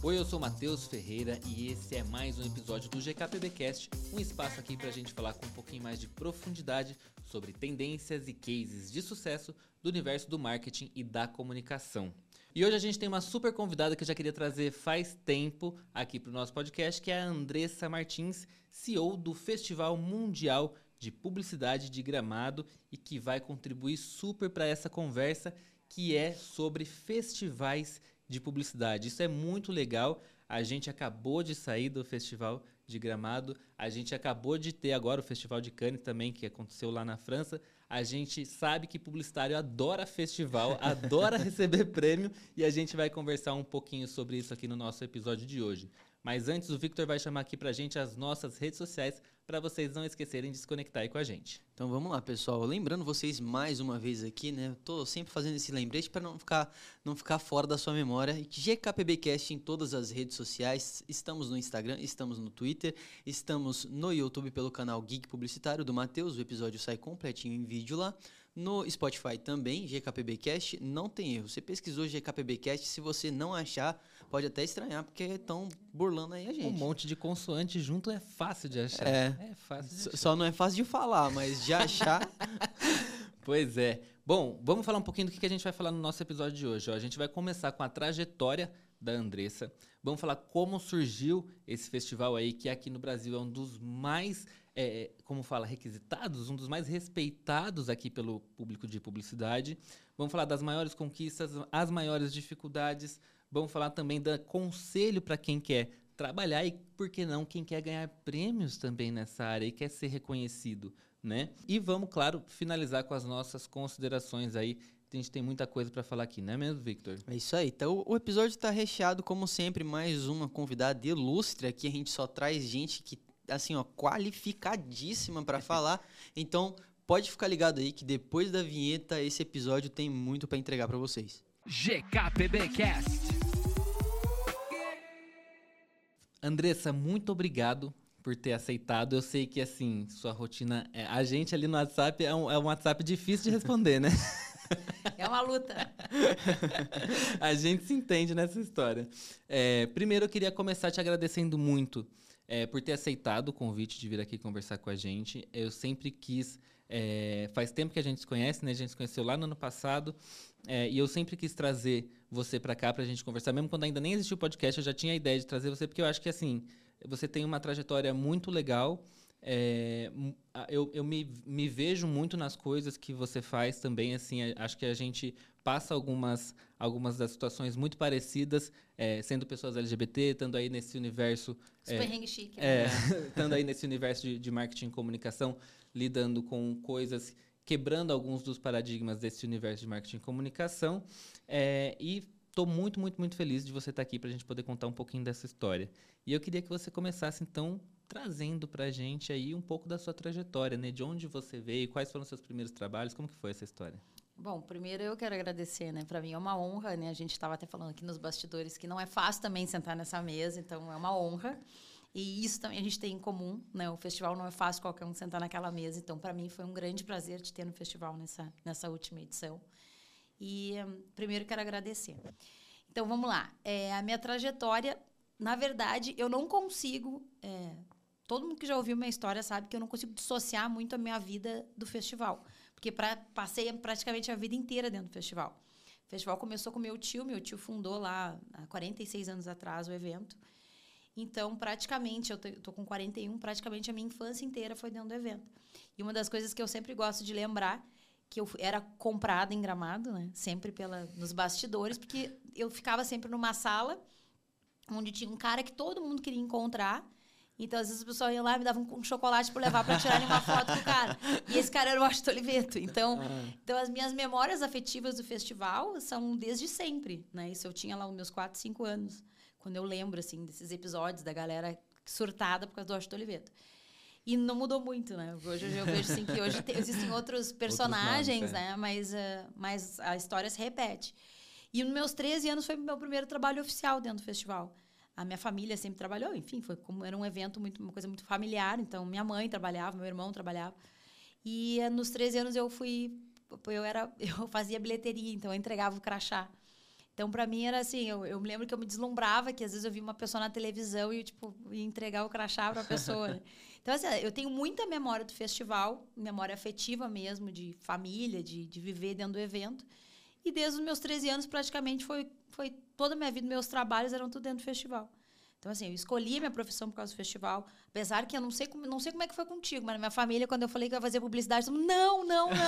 Oi, eu sou Matheus Ferreira e esse é mais um episódio do GKPBcast, um espaço aqui pra gente falar com um pouquinho mais de profundidade sobre tendências e cases de sucesso do universo do marketing e da comunicação. E hoje a gente tem uma super convidada que eu já queria trazer faz tempo aqui pro nosso podcast, que é a Andressa Martins, CEO do Festival Mundial de Publicidade de Gramado e que vai contribuir super para essa conversa que é sobre festivais de publicidade. Isso é muito legal. A gente acabou de sair do Festival de Gramado, a gente acabou de ter agora o Festival de Cannes também, que aconteceu lá na França. A gente sabe que publicitário adora festival, adora receber prêmio e a gente vai conversar um pouquinho sobre isso aqui no nosso episódio de hoje. Mas antes, o Victor vai chamar aqui pra gente as nossas redes sociais para vocês não esquecerem de se conectar aí com a gente. Então vamos lá, pessoal. Lembrando vocês mais uma vez aqui, né? Eu tô sempre fazendo esse lembrete para não ficar fora da sua memória. GKPBcast em todas as redes sociais. Estamos no Instagram, estamos no Twitter, estamos no YouTube pelo canal Geek Publicitário do Matheus. O episódio sai completinho em vídeo lá. No Spotify também, GKPBcast, não tem erro. Você pesquisou GKPBcast, se você não achar, pode até estranhar, porque estão burlando aí a gente. Um monte de consoante junto é fácil de achar. É fácil de achar. Só não é fácil de falar, mas de achar... Pois é. Bom, vamos falar um pouquinho do que a gente vai falar no nosso episódio de hoje. A gente vai começar com a trajetória da Andressa. Vamos falar como surgiu esse festival aí, que aqui no Brasil é um dos mais, requisitados, um dos mais respeitados aqui pelo público de publicidade. Vamos falar das maiores conquistas, as maiores dificuldades. Vamos falar também do conselho para quem quer trabalhar e, por que não, quem quer ganhar prêmios também nessa área e quer ser reconhecido, né? E vamos, claro, finalizar com as nossas considerações aí. A gente tem muita coisa para falar aqui, não é mesmo, Victor? É isso aí. Então, o episódio está recheado, como sempre, mais uma convidada ilustre. Aqui a gente só traz gente que, assim, ó, qualificadíssima para falar. Então, pode ficar ligado aí que depois da vinheta, esse episódio tem muito para entregar para vocês. GKPBcast. Andressa, muito obrigado por ter aceitado. Eu sei que, assim, sua rotina... a gente ali no WhatsApp é um WhatsApp difícil de responder, né? É uma luta. A gente se entende nessa história. Primeiro, eu queria começar te agradecendo muito por ter aceitado o convite de vir aqui conversar com a gente. Eu sempre quis... faz tempo que a gente se conhece, né? A gente se conheceu lá no ano passado. E eu sempre quis trazer você para cá pra gente conversar. Mesmo quando ainda nem existiu o podcast, eu já tinha a ideia de trazer você, porque eu acho que, assim, você tem uma trajetória muito legal. Eu me vejo muito nas coisas que você faz também, assim, acho que a gente passa algumas das situações muito parecidas, sendo pessoas LGBT, estando aí nesse universo... Super ringue chique. Estando aí nesse universo de marketing e comunicação, lidando com coisas, quebrando alguns dos paradigmas desse universo de marketing e comunicação, e estou muito, muito, muito feliz de você estar aqui para a gente poder contar um pouquinho dessa história. E eu queria que você começasse, então, trazendo para a gente aí um pouco da sua trajetória, né? De onde você veio, quais foram os seus primeiros trabalhos, como que foi essa história? Bom, primeiro eu quero agradecer, né? Para mim é uma honra, né? A gente estava até falando aqui nos bastidores que não é fácil também sentar nessa mesa, então é uma honra. E isso também a gente tem em comum, né? O festival não é fácil qualquer um sentar naquela mesa, então para mim foi um grande prazer te ter no festival nessa última edição. E primeiro quero agradecer. Então vamos lá. A minha trajetória, na verdade, eu não consigo... todo mundo que já ouviu minha história sabe que eu não consigo dissociar muito a minha vida do festival. Porque passei praticamente a vida inteira dentro do festival. O festival começou com meu tio fundou lá há 46 anos atrás o evento. Então, praticamente, eu tô com 41, praticamente a minha infância inteira foi dentro do evento. E uma das coisas que eu sempre gosto de lembrar, que eu era comprada em Gramado, né? Sempre nos bastidores, porque eu ficava sempre numa sala onde tinha um cara que todo mundo queria encontrar. Então, às vezes, o pessoal ia lá e me dava um chocolate para levar para tirarem uma foto com o cara. E esse cara era o Washington Oliveto. Então, as minhas memórias afetivas do festival são desde sempre, né? Isso eu tinha lá os meus 4, 5 anos, quando eu lembro, assim, desses episódios da galera surtada por causa do Washington Oliveto. E não mudou muito, né? Hoje eu vejo, assim, que hoje existem outros personagens, outros nomes, né? Mas a história se repete. E nos meus 13 anos foi o meu primeiro trabalho oficial dentro do festival. A minha família sempre trabalhou, enfim, era um evento, uma coisa muito familiar. Então, minha mãe trabalhava, meu irmão trabalhava. E nos 13 anos eu fazia bilheteria, então eu entregava o crachá. Então, para mim, era assim, eu me lembro que eu me deslumbrava, que às vezes eu via uma pessoa na televisão e eu, tipo, ia entregar o crachá para a pessoa, né? Então, assim, eu tenho muita memória do festival, memória afetiva mesmo, de família, de viver dentro do evento. E desde os meus 13 anos, praticamente, foi toda a minha vida, meus trabalhos eram tudo dentro do festival. Então, assim, eu escolhi a minha profissão por causa do festival. Apesar que eu não sei como é que foi contigo, mas na minha família, quando eu falei que eu ia fazer publicidade, eu falei, não.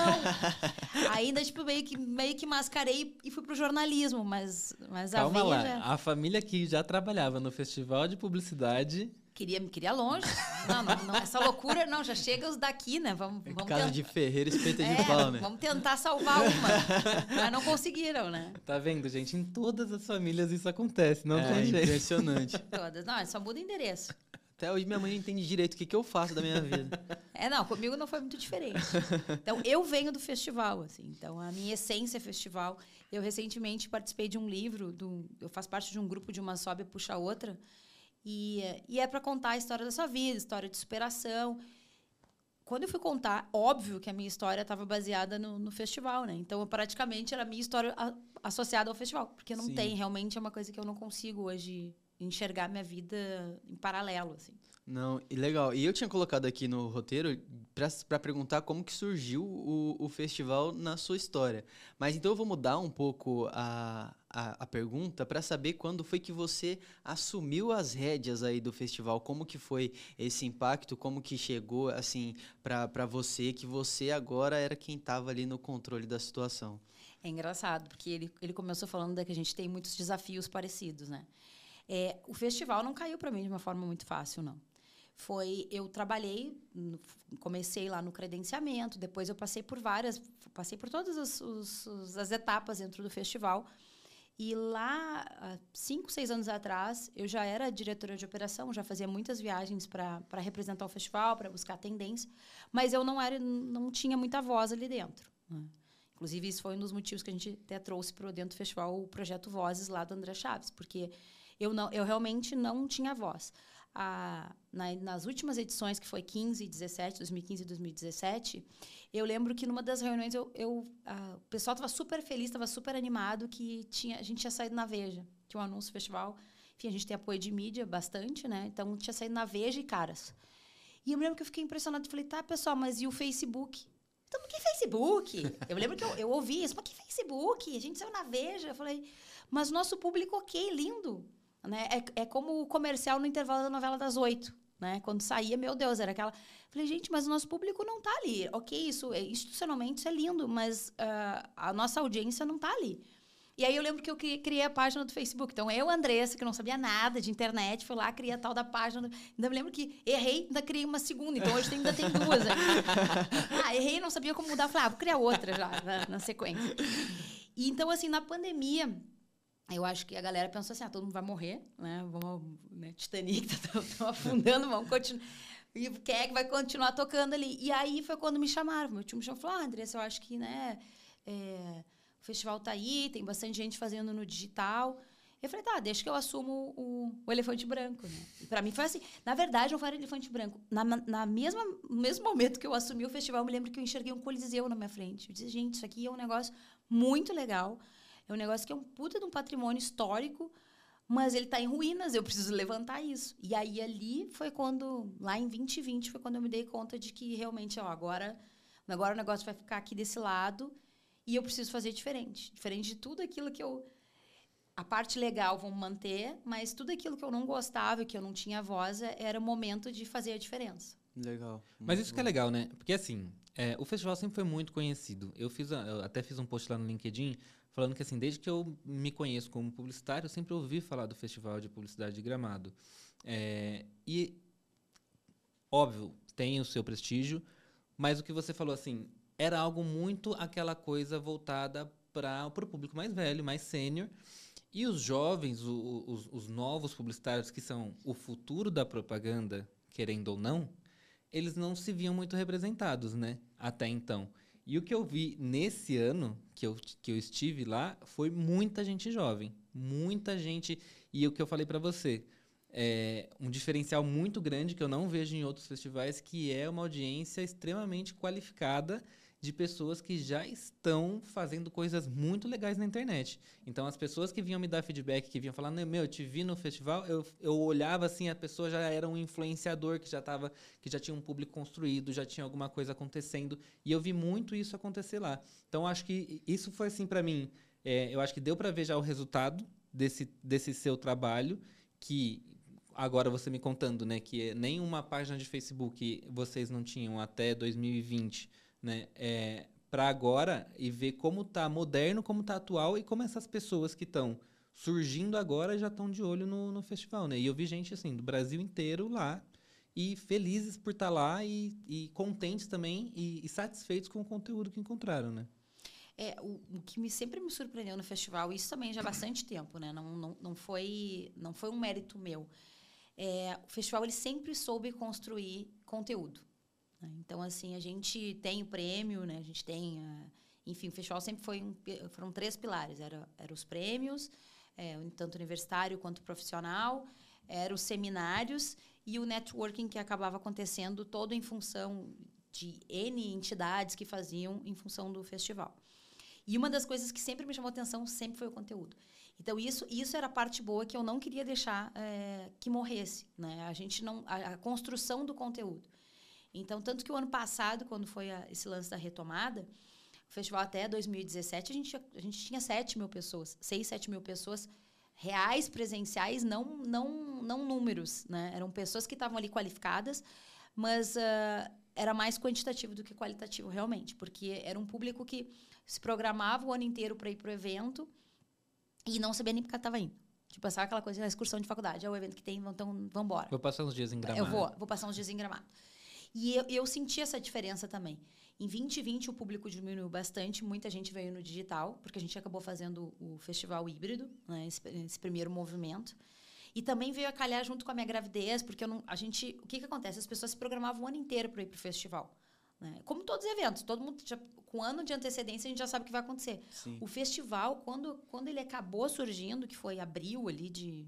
Ainda, tipo, meio que mascarei e fui pro jornalismo, mas Calma a lá, veia já... a família que já trabalhava no festival de publicidade... Me queria longe. Não, essa loucura, não, já chega os daqui, né? Vamos Casa de ferreiro, espeta de pau, né? Vamos tentar salvar uma. Mas não conseguiram, né? Tá vendo, gente? Em todas as famílias isso acontece, não tem jeito. Impressionante. Todas. Não, só muda o endereço. Até hoje minha mãe não entende direito o que eu faço da minha vida. Não, comigo não foi muito diferente. Então, eu venho do festival, assim. Então, a minha essência é festival. Eu recentemente participei de um livro, eu faço parte de um grupo de Uma Sobe Puxa Outra, e é para contar a história da sua vida, história de superação. Quando eu fui contar, óbvio que a minha história estava baseada no festival, né? Então, praticamente, era a minha história associada ao festival. Porque não tem, realmente é uma coisa que eu não consigo hoje enxergar minha vida em paralelo, assim. Não, e legal. E eu tinha colocado aqui no roteiro para perguntar como que surgiu o festival na sua história. Mas então eu vou mudar um pouco a pergunta para saber quando foi que você assumiu as rédeas aí do festival. Como que foi esse impacto? Como que chegou, assim, para você, que você agora era quem estava ali no controle da situação? É engraçado, porque ele começou falando que a gente tem muitos desafios parecidos, né? O festival não caiu para mim de uma forma muito fácil, não. Eu trabalhei, comecei lá no credenciamento, depois eu passei por todas as etapas dentro do festival. E lá, há 5, 6 anos atrás, eu já era diretora de operação, já fazia muitas viagens para representar o festival, para buscar tendência, mas eu não tinha muita voz ali dentro, né? Inclusive, isso foi um dos motivos que a gente até trouxe para dentro do festival o projeto Vozes lá do André Chaves, porque eu realmente não tinha voz. Nas últimas edições, que foi 2015 e 2017, eu lembro que numa das reuniões o pessoal estava super feliz, estava super animado que a gente tinha saído na Veja, tinha um anúncio do festival. Enfim, a gente tem apoio de mídia bastante, né? Então, tinha saído na Veja e Caras. E eu me lembro que eu fiquei impressionada e falei, tá, pessoal, mas e o Facebook? Então, que Facebook? Eu lembro que eu ouvi isso, mas que Facebook? A gente saiu na Veja. Eu falei, mas o nosso público, ok, lindo. Né? É como o comercial no intervalo da novela das 8, né? Quando saía, meu Deus, era aquela... Falei, gente, mas o nosso público não está ali. Ok, institucionalmente isso é lindo, mas a nossa audiência não está ali. E aí eu lembro que eu criei a página do Facebook. Então, eu, Andressa, que não sabia nada de internet, fui lá, criei a tal da página. Ainda me lembro que errei, ainda criei uma segunda. Então, hoje ainda tem 2. Errei, não sabia como mudar. Falei, vou criar outra já, na sequência. E, então, assim, na pandemia... Eu acho que a galera pensou assim, todo mundo vai morrer, né? Vamos, né? Titanic, estão afundando, vamos continuar. E quem é que vai continuar tocando ali? E aí foi quando me chamaram. Meu tio me chamou e falou, Andressa, eu acho que, né, o festival tá aí, tem bastante gente fazendo no digital. Eu falei, tá, deixa que eu assumo o elefante branco, né? E pra mim foi assim. Na verdade, não foi o elefante branco. No mesmo momento que eu assumi o festival, eu me lembro que eu enxerguei um coliseu na minha frente. Eu disse, gente, isso aqui é um negócio muito legal. É um negócio que é um puta de um patrimônio histórico, mas ele está em ruínas, eu preciso levantar isso. E aí, ali foi quando, lá em 2020, foi quando eu me dei conta de que realmente, agora o negócio vai ficar aqui desse lado e eu preciso fazer diferente. Diferente de tudo aquilo que a parte legal vamos manter, mas tudo aquilo que eu não gostava, que eu não tinha voz, era o momento de fazer a diferença. Legal. Mas isso que é legal, né? Porque, assim, o festival sempre foi muito conhecido. Eu até fiz um post lá no LinkedIn falando que, assim, desde que eu me conheço como publicitário, eu sempre ouvi falar do Festival de Publicidade de Gramado. E, óbvio, tem o seu prestígio, mas o que você falou, assim, era algo muito aquela coisa voltada para o público mais velho, mais sênior. E os jovens, os novos publicitários, que são o futuro da propaganda, querendo ou não, eles não se viam muito representados, né? Até então. E o que eu vi nesse ano que eu estive lá foi muita gente jovem. Muita gente. E o que eu falei para você, um diferencial muito grande que eu não vejo em outros festivais, que é uma audiência extremamente qualificada de pessoas que já estão fazendo coisas muito legais na internet. Então, as pessoas que vinham me dar feedback, que vinham falar, meu, eu te vi no festival, eu olhava assim, a pessoa já era um influenciador que já tinha um público construído, já tinha alguma coisa acontecendo, e eu vi muito isso acontecer lá. Então, acho que isso foi assim para mim, eu acho que deu para ver já o resultado desse seu trabalho, que agora você me contando, né, que nenhuma página de Facebook vocês não tinham até 2020, né, para agora, e ver como tá moderno, como tá atual, e como essas pessoas que estão surgindo agora já estão de olho no festival, né? E eu vi gente assim do Brasil inteiro lá, e felizes por estar lá, e contentes também, e satisfeitos com o conteúdo que encontraram, né? O que sempre me surpreendeu no festival, isso também já há bastante tempo, né? Não foi um mérito meu. O festival ele sempre soube construir conteúdo. Então, assim, a gente tem o prêmio, né? A gente tem... enfim, o festival sempre foram 3 pilares. Eram os prêmios, tanto universitário quanto profissional, eram os seminários e o networking que acabava acontecendo todo em função de N entidades que faziam em função do festival. E uma das coisas que sempre me chamou atenção sempre foi o conteúdo. Então, isso era a parte boa que eu não queria deixar que morresse, né? A construção do conteúdo. Então, tanto que o ano passado, quando foi esse lance da retomada, o festival até 2017, a gente tinha 7 mil pessoas, 6, 7 mil pessoas reais, presenciais, não números, né? Eram pessoas que estavam ali qualificadas, mas era mais quantitativo do que qualitativo, realmente, porque era um público que se programava o ano inteiro para ir para o evento e não sabia nem porque estava indo. Tipo, sabe aquela coisa, a excursão de faculdade, é o evento que tem, então vamos embora. Vou passar uns dias em Gramado. Eu vou passar uns dias em Gramado. E eu senti essa diferença também. Em 2020, o público diminuiu bastante, muita gente veio no digital, porque a gente acabou fazendo o festival híbrido, né, esse primeiro movimento. E também veio a calhar junto com a minha gravidez, porque o que acontece? As pessoas se programavam o ano inteiro para ir para o festival. Né? Como todos os eventos, todo mundo com um ano de antecedência a gente já sabe o que vai acontecer. Sim. O festival, quando ele acabou surgindo, que foi abril ali de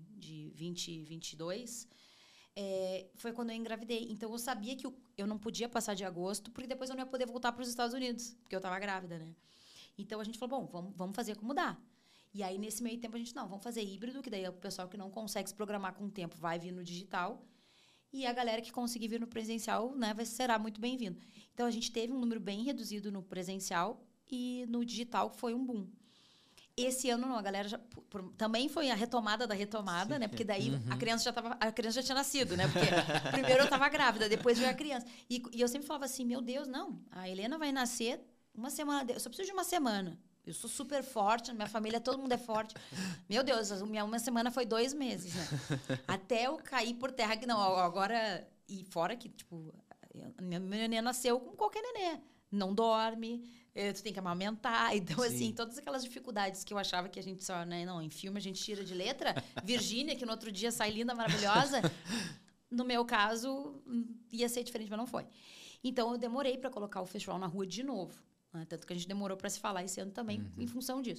2022, foi quando eu engravidei. Então, eu sabia que eu não podia passar de agosto, porque depois eu não ia poder voltar para os Estados Unidos, porque eu estava grávida, né? Então, a gente falou, bom, vamos fazer como dá. E aí, nesse meio tempo, a gente, vamos fazer híbrido, que daí o pessoal que não consegue se programar com o tempo vai vir no digital. E a galera que conseguir vir no presencial, né, será muito bem-vindo. Então, a gente teve um número bem reduzido no presencial e no digital foi um boom. Esse ano, não, a galera também foi a retomada da retomada, sim, né? Porque daí a criança já tinha nascido, né? Porque primeiro eu estava grávida, depois veio a criança. E eu sempre falava assim, meu Deus, não, a Helena vai nascer uma semana, eu só preciso de uma semana. Eu sou super forte, minha família, todo mundo é forte. Meu Deus, uma semana foi 2 meses, né? Até eu cair por terra, que não, agora... E fora que, tipo, minha nenê nasceu como qualquer nenê. Não dorme, tu tem que amamentar. Então, sim, assim, todas aquelas dificuldades que eu achava que a gente só, né? Não, em filme a gente tira de letra. Virgínia, que no outro dia sai linda, maravilhosa. No meu caso, ia ser diferente, mas não foi. Então, eu demorei para colocar o festival na rua de novo. Tanto que a gente demorou para se falar esse ano também, em função disso.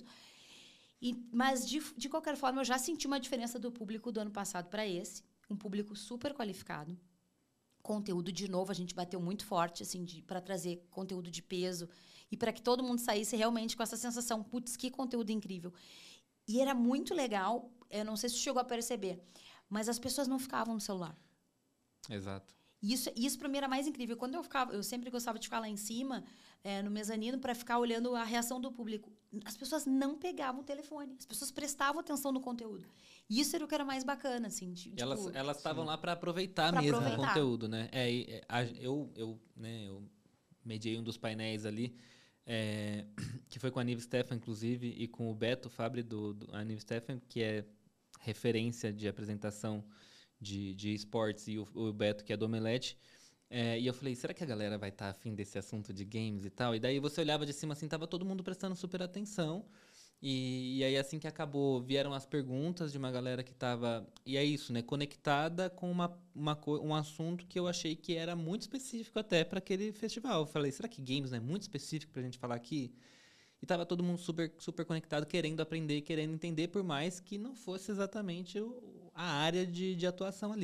Mas, de qualquer forma, eu já senti uma diferença do público do ano passado para esse. Um público super qualificado. Conteúdo, de novo, a gente bateu muito forte, assim, para trazer conteúdo de peso. E para que todo mundo saísse realmente com essa sensação, putz, que conteúdo incrível. E era muito legal, eu não sei se você chegou a perceber, mas as pessoas não ficavam no celular. Exato. Isso para mim era mais incrível. Quando eu sempre gostava de ficar lá em cima, no mezanino, para ficar olhando a reação do público. As pessoas não pegavam o telefone. As pessoas prestavam atenção no conteúdo. E isso era o que era mais bacana, assim. Elas estavam lá para aproveitar mesmo o conteúdo, né? Eu mediei um dos painéis ali, que foi com a Nive Stefan, inclusive, e com o Beto Fabri, a Nive Stefan, que é referência de apresentação de esportes, e o Beto, que é do Omelete. E eu falei, será que a galera vai estar afim desse assunto de games e tal? E daí você olhava de cima assim, tava todo mundo prestando super atenção. E aí, assim que acabou, vieram as perguntas de uma galera que tava... E é isso, né? Conectada com um assunto que eu achei que era muito específico até para aquele festival. Eu falei, será que games não é muito específico pra gente falar aqui? E tava todo mundo super, super conectado, querendo aprender, querendo entender, por mais que não fosse exatamente a área de atuação ali.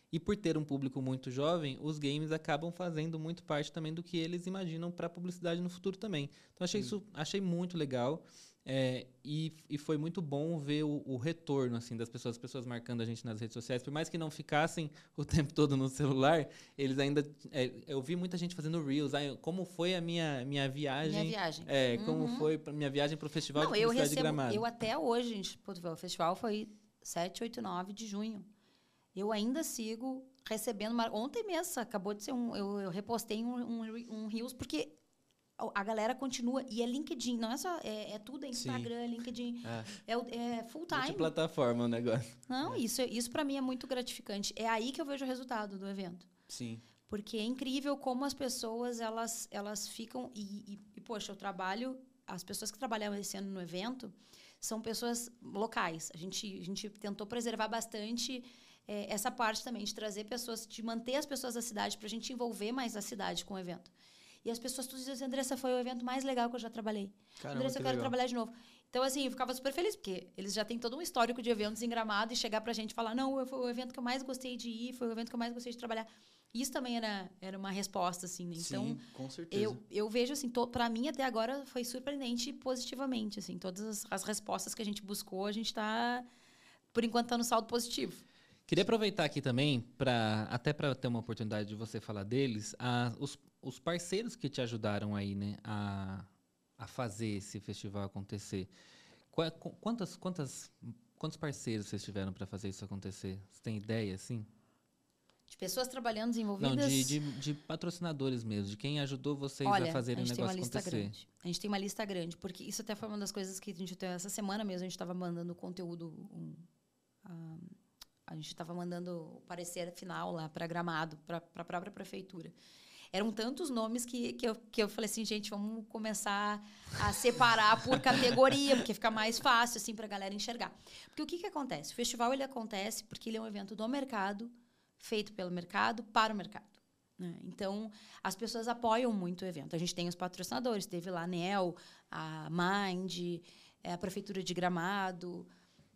E por ter um público muito jovem, os games acabam fazendo muito parte também do que eles imaginam para publicidade no futuro também. Então achei muito legal. E foi muito bom ver o retorno assim, das pessoas, as pessoas marcando a gente nas redes sociais. Por mais que não ficassem o tempo todo no celular, eles ainda... eu vi muita gente fazendo Reels. Como foi a minha viagem? Minha viagem. Como foi a minha viagem para o Festival de Publicidade de Gramado. Eu até hoje, gente, o festival foi 7, 8, 9 de junho. Eu ainda sigo recebendo... Ontem mesmo, acabou de ser eu repostei um Reels, porque... A galera continua. E é LinkedIn, não é só... É tudo, é Instagram, LinkedIn. É full time. Multiplataforma o negócio. Não, isso para mim é muito gratificante. É aí que eu vejo o resultado do evento. Sim. Porque é incrível como as pessoas, elas ficam... poxa, eu trabalho... As pessoas que trabalharam esse ano no evento são pessoas locais. A gente tentou preservar bastante essa parte também, de trazer pessoas, de manter as pessoas da cidade, para a gente envolver mais a cidade com o evento. E as pessoas todas dizem assim, Andressa, foi o evento mais legal que eu já trabalhei. Caramba, Andressa, eu quero trabalhar de novo. Então, assim, eu ficava super feliz, porque eles já têm todo um histórico de eventos em Gramado e chegar pra gente e falar, não, foi o evento que eu mais gostei de ir, foi o evento que eu mais gostei de trabalhar. Isso também era uma resposta, assim, né? Então, sim, com certeza. Eu vejo, assim, pra mim até agora foi surpreendente positivamente, assim. Todas as respostas que a gente buscou, a gente tá, por enquanto, tá no saldo positivo. Queria aproveitar aqui também, até para ter uma oportunidade de você falar deles, os parceiros que te ajudaram aí, né, a fazer esse festival acontecer. Quantos parceiros vocês tiveram para fazer isso acontecer? Você tem ideia, assim? De pessoas trabalhando, desenvolvidas? Não, de patrocinadores mesmo, de quem ajudou vocês a fazerem o negócio acontecer. A gente tem uma lista grande, porque isso até foi uma das coisas que a gente tem essa semana mesmo, a gente estava mandando conteúdo, a gente estava mandando o parecer final lá para Gramado, para a própria prefeitura. Eram tantos nomes que eu falei assim, gente, vamos começar a separar por categoria, porque fica mais fácil assim, para a galera enxergar. Porque o que acontece? O festival ele acontece porque ele é um evento do mercado, feito pelo mercado, para o mercado. Né? Então, as pessoas apoiam muito o evento. A gente tem os patrocinadores, teve lá a ANEEL, a Mind, a Prefeitura de Gramado,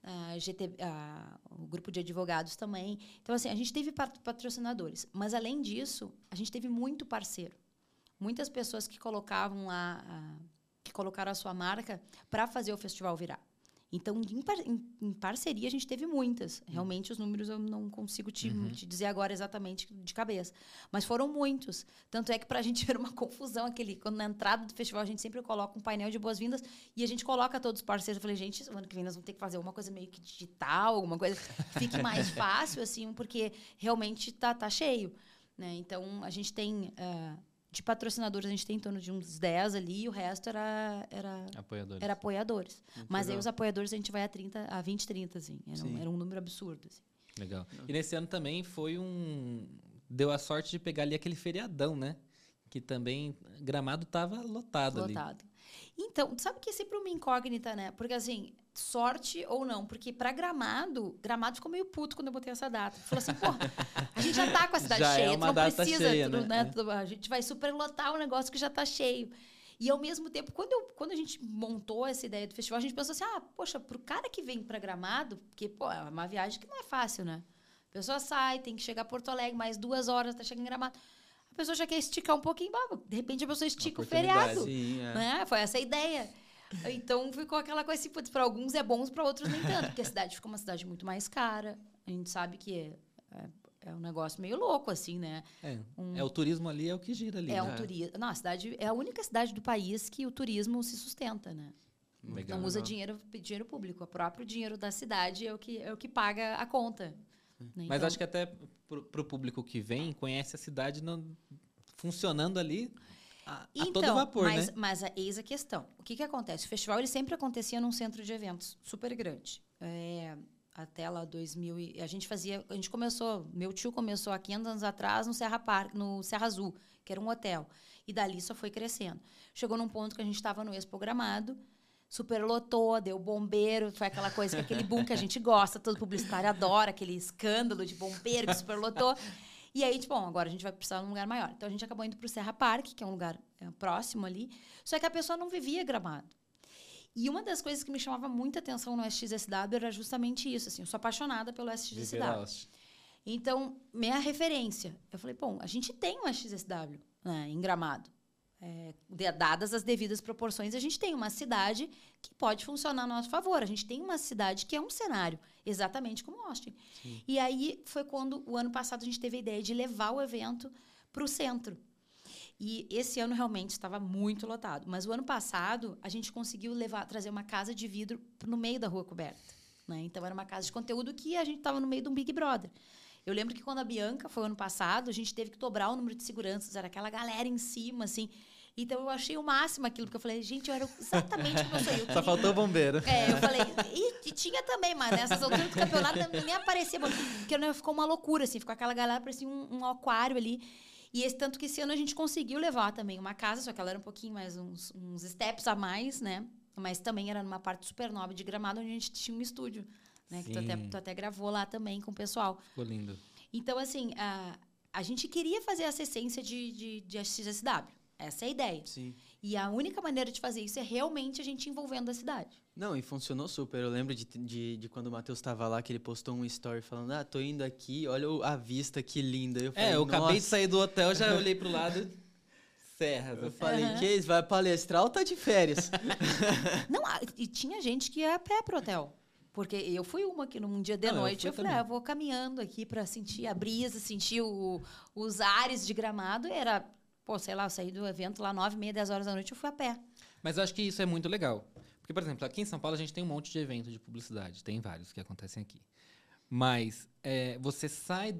o grupo de advogados também. Então, assim, a gente teve patrocinadores. Mas, além disso, a gente teve muito parceiro. Muitas pessoas que colocavam que colocaram a sua marca para fazer o festival virar. Então, em parceria, a gente teve muitas. Realmente, os números eu não consigo te dizer agora exatamente de cabeça. Mas foram muitos. Tanto é que, para a gente era uma confusão, quando na entrada do festival, a gente sempre coloca um painel de boas-vindas e a gente coloca todos os parceiros. Eu falei, gente, ano que vem nós vamos ter que fazer uma coisa meio que digital, alguma coisa que fique mais fácil, assim, porque realmente tá cheio. Né? Então, a gente tem... de patrocinadores, a gente tem em torno de uns 10 ali, e o resto era apoiadores. Mas legal. Aí os apoiadores a gente vai a 20, 30, assim. Era um número absurdo. Assim. Legal. E nesse ano também deu a sorte de pegar ali aquele feriadão, né? Que também Gramado estava lotado ali. Então, sabe que é sempre uma incógnita, né? Porque assim, sorte ou não, porque para Gramado ficou meio puto quando eu botei essa data. Falou assim, pô, a gente já tá com a cidade cheia, tu não precisa, cheia, né? A gente vai superlotar o negócio que já tá cheio. E ao mesmo tempo, quando a gente montou essa ideia do festival, a gente pensou assim, poxa, pro cara que vem para Gramado, porque, pô, é uma viagem que não é fácil, né? A pessoa sai, tem que chegar a Porto Alegre, mais 2 horas até chegar em Gramado. A pessoa já quer esticar um pouquinho, de repente a pessoa estica o feriado. Sim, né? Foi essa a ideia. Então ficou aquela coisa assim, para alguns é bom, para outros nem tanto, porque a cidade ficou uma cidade muito mais cara. A gente sabe que é um negócio meio louco, assim, né? O turismo ali, é o que gira ali. Turismo. Não, a cidade é a única cidade do país que o turismo se sustenta, né? Legal. Não usa dinheiro público. O próprio dinheiro da cidade é o que paga a conta. Né? Mas acho que até pro público que vem, conhece a cidade funcionando ali a todo vapor, né? Mas eis a questão. O que acontece? O festival ele sempre acontecia num centro de eventos super grande. Até lá 2000 a gente começou, meu tio começou há 500 anos atrás no Serra Azul, que era um hotel. E dali só foi crescendo. Chegou num ponto que a gente estava no Expo Gramado, superlotou, deu bombeiro, foi aquela coisa, aquele boom que a gente gosta, todo publicitário adora, aquele escândalo de bombeiro que superlotou. E aí, agora a gente vai precisar de um lugar maior. Então, a gente acabou indo para o Serra Parque, que é um lugar próximo ali, só que a pessoa não vivia Gramado. E uma das coisas que me chamava muita atenção no SXSW era justamente isso, assim, eu sou apaixonada pelo SXSW. Então, minha referência, eu falei, bom, a gente tem uma XSW, né, em Gramado. Dadas as devidas proporções, a gente tem uma cidade que pode funcionar a nosso favor. A gente tem uma cidade que é um cenário, exatamente como Austin. Sim. E aí foi quando, o ano passado, a gente teve a ideia de levar o evento para o centro. E esse ano realmente estava muito lotado. Mas o ano passado, a gente conseguiu trazer uma casa de vidro no meio da Rua Coberta. Né? Então, era uma casa de conteúdo que a gente estava no meio de um Big Brother. Eu lembro que quando a Bianca foi ano passado, a gente teve que dobrar o número de seguranças. Era aquela galera em cima, assim. Então, eu achei o máximo aquilo. Porque eu falei, gente, eu era exatamente como eu sou. Só faltou o bombeiro. Eu falei... E tinha também, mas nessas alturas do campeonato nem aparecia. Porque ficou uma loucura, assim. Ficou aquela galera, parecia um aquário ali. E tanto que esse ano a gente conseguiu levar também uma casa, só que ela era um pouquinho mais, uns steps a mais, né? Mas também era numa parte super nobre de Gramado, onde a gente tinha um estúdio, né? Que tu até gravou lá também com o pessoal. Ficou lindo. Então, assim, a gente queria fazer essa essência de XSW. Essa é a ideia. Sim. E a única maneira de fazer isso é realmente a gente envolvendo a cidade. Não, e funcionou super. Eu lembro de quando o Matheus estava lá, que ele postou um story falando, tô indo aqui, olha a vista, que linda. Eu falei, eu acabei de sair do hotel, já olhei pro lado, serras. Eu falei, que isso, vai palestrar ou tá de férias? Não, e tinha gente que ia a pé pro hotel. Porque eu fui uma que num dia de noite, eu falei, eu vou caminhando aqui para sentir a brisa, sentir os ares de Gramado. Era, sei lá, eu saí do evento lá 9h30, 10 horas da noite, eu fui a pé. Mas eu acho que isso é muito legal. Porque, por exemplo, aqui em São Paulo a gente tem um monte de evento de publicidade. Tem vários que acontecem aqui. Mas você sai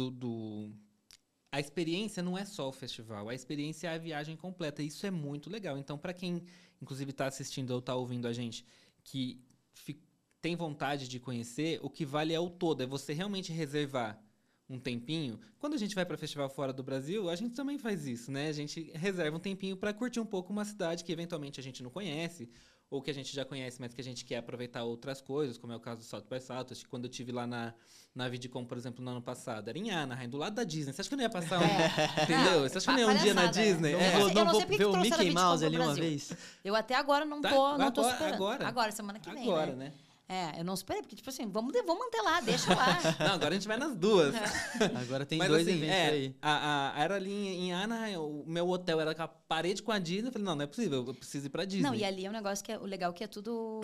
a experiência não é só o festival. A experiência é a viagem completa. E isso é muito legal. Então, para quem, inclusive, está assistindo ou está ouvindo a gente, que tem vontade de conhecer, o que vale é o todo. É você realmente reservar um tempinho. Quando a gente vai para festival fora do Brasil, a gente também faz isso, né? A gente reserva um tempinho para curtir um pouco uma cidade que eventualmente a gente não conhece, ou que a gente já conhece, mas que a gente quer aproveitar outras coisas, como é o caso do South by Southwest. Quando eu estive lá na Vidicom, por exemplo, no ano passado, era em Anaheim, do lado da Disney. Você acha que eu não ia passar entendeu? Você acha que eu não ia um dia na Disney? Eu não vou ver o Mickey Mouse ali uma vez. Eu até agora não tô esperando. Agora, semana que vem, agora, né? Eu não esperei, porque, tipo assim, vamos manter lá, deixa lá. Não, agora a gente vai nas duas. Agora tem dois eventos aí. Era ali em Anaheim, o meu hotel era com a parede com a Disney. Eu falei, não é possível, eu preciso ir pra Disney. Não, e ali é um negócio que o legal que é tudo...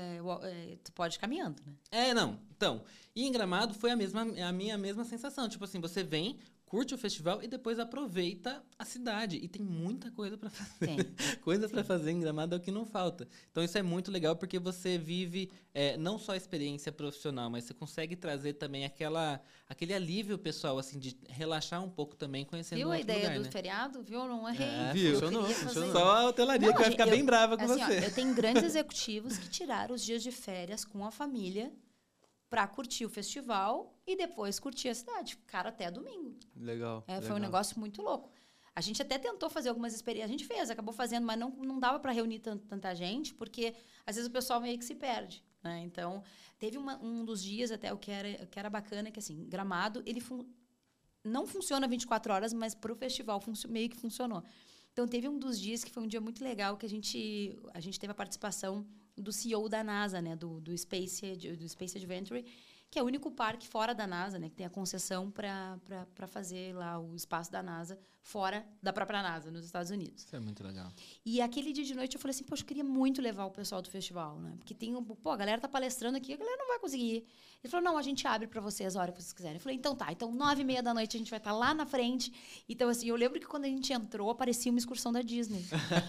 tu pode ir caminhando, né? Então, e em Gramado foi a minha mesma sensação. Tipo assim, você vem, curte o festival e depois aproveita a cidade. E tem muita coisa pra fazer. Coisa pra fazer em Gramado é o que não falta. Então isso é muito legal porque você vive não só a experiência profissional, mas você consegue trazer também aquele alívio pessoal, assim, de relaxar um pouco também, conhecendo outro lugar. Viu a ideia do né? feriado? Viu? Não errei. Viu? Funcionou. Só a hotelaria que vai ficar bem brava com assim, você. Eu tenho grandes executivos que tiraram os dias de férias com a família para curtir o festival e depois curtir a cidade. Ficaram até domingo. Legal. Foi um negócio muito louco. A gente até tentou fazer algumas experiências. A gente fez, acabou fazendo, mas não dava para reunir tanta gente, porque às vezes o pessoal meio que se perde. Né? Então, teve um dos dias até o que era bacana, que assim, Gramado, ele não funciona 24 horas, mas para o festival meio que funcionou. Então, teve um dos dias que foi um dia muito legal, que a gente teve a participação do CEO da NASA, né, do Space Adventure, que é o único parque fora da NASA, né, que tem a concessão para fazer lá o espaço da NASA fora da própria NASA, nos Estados Unidos. Isso é muito legal. E aquele dia de noite eu falei assim, poxa, eu queria muito levar o pessoal do festival, né? Porque a galera tá palestrando aqui, a galera não vai conseguir ir. Ele falou, não, a gente abre para vocês a hora que vocês quiserem. Eu falei, então tá, então 9h30 da noite a gente vai estar lá na frente. Então, assim, eu lembro que quando a gente entrou, aparecia uma excursão da Disney.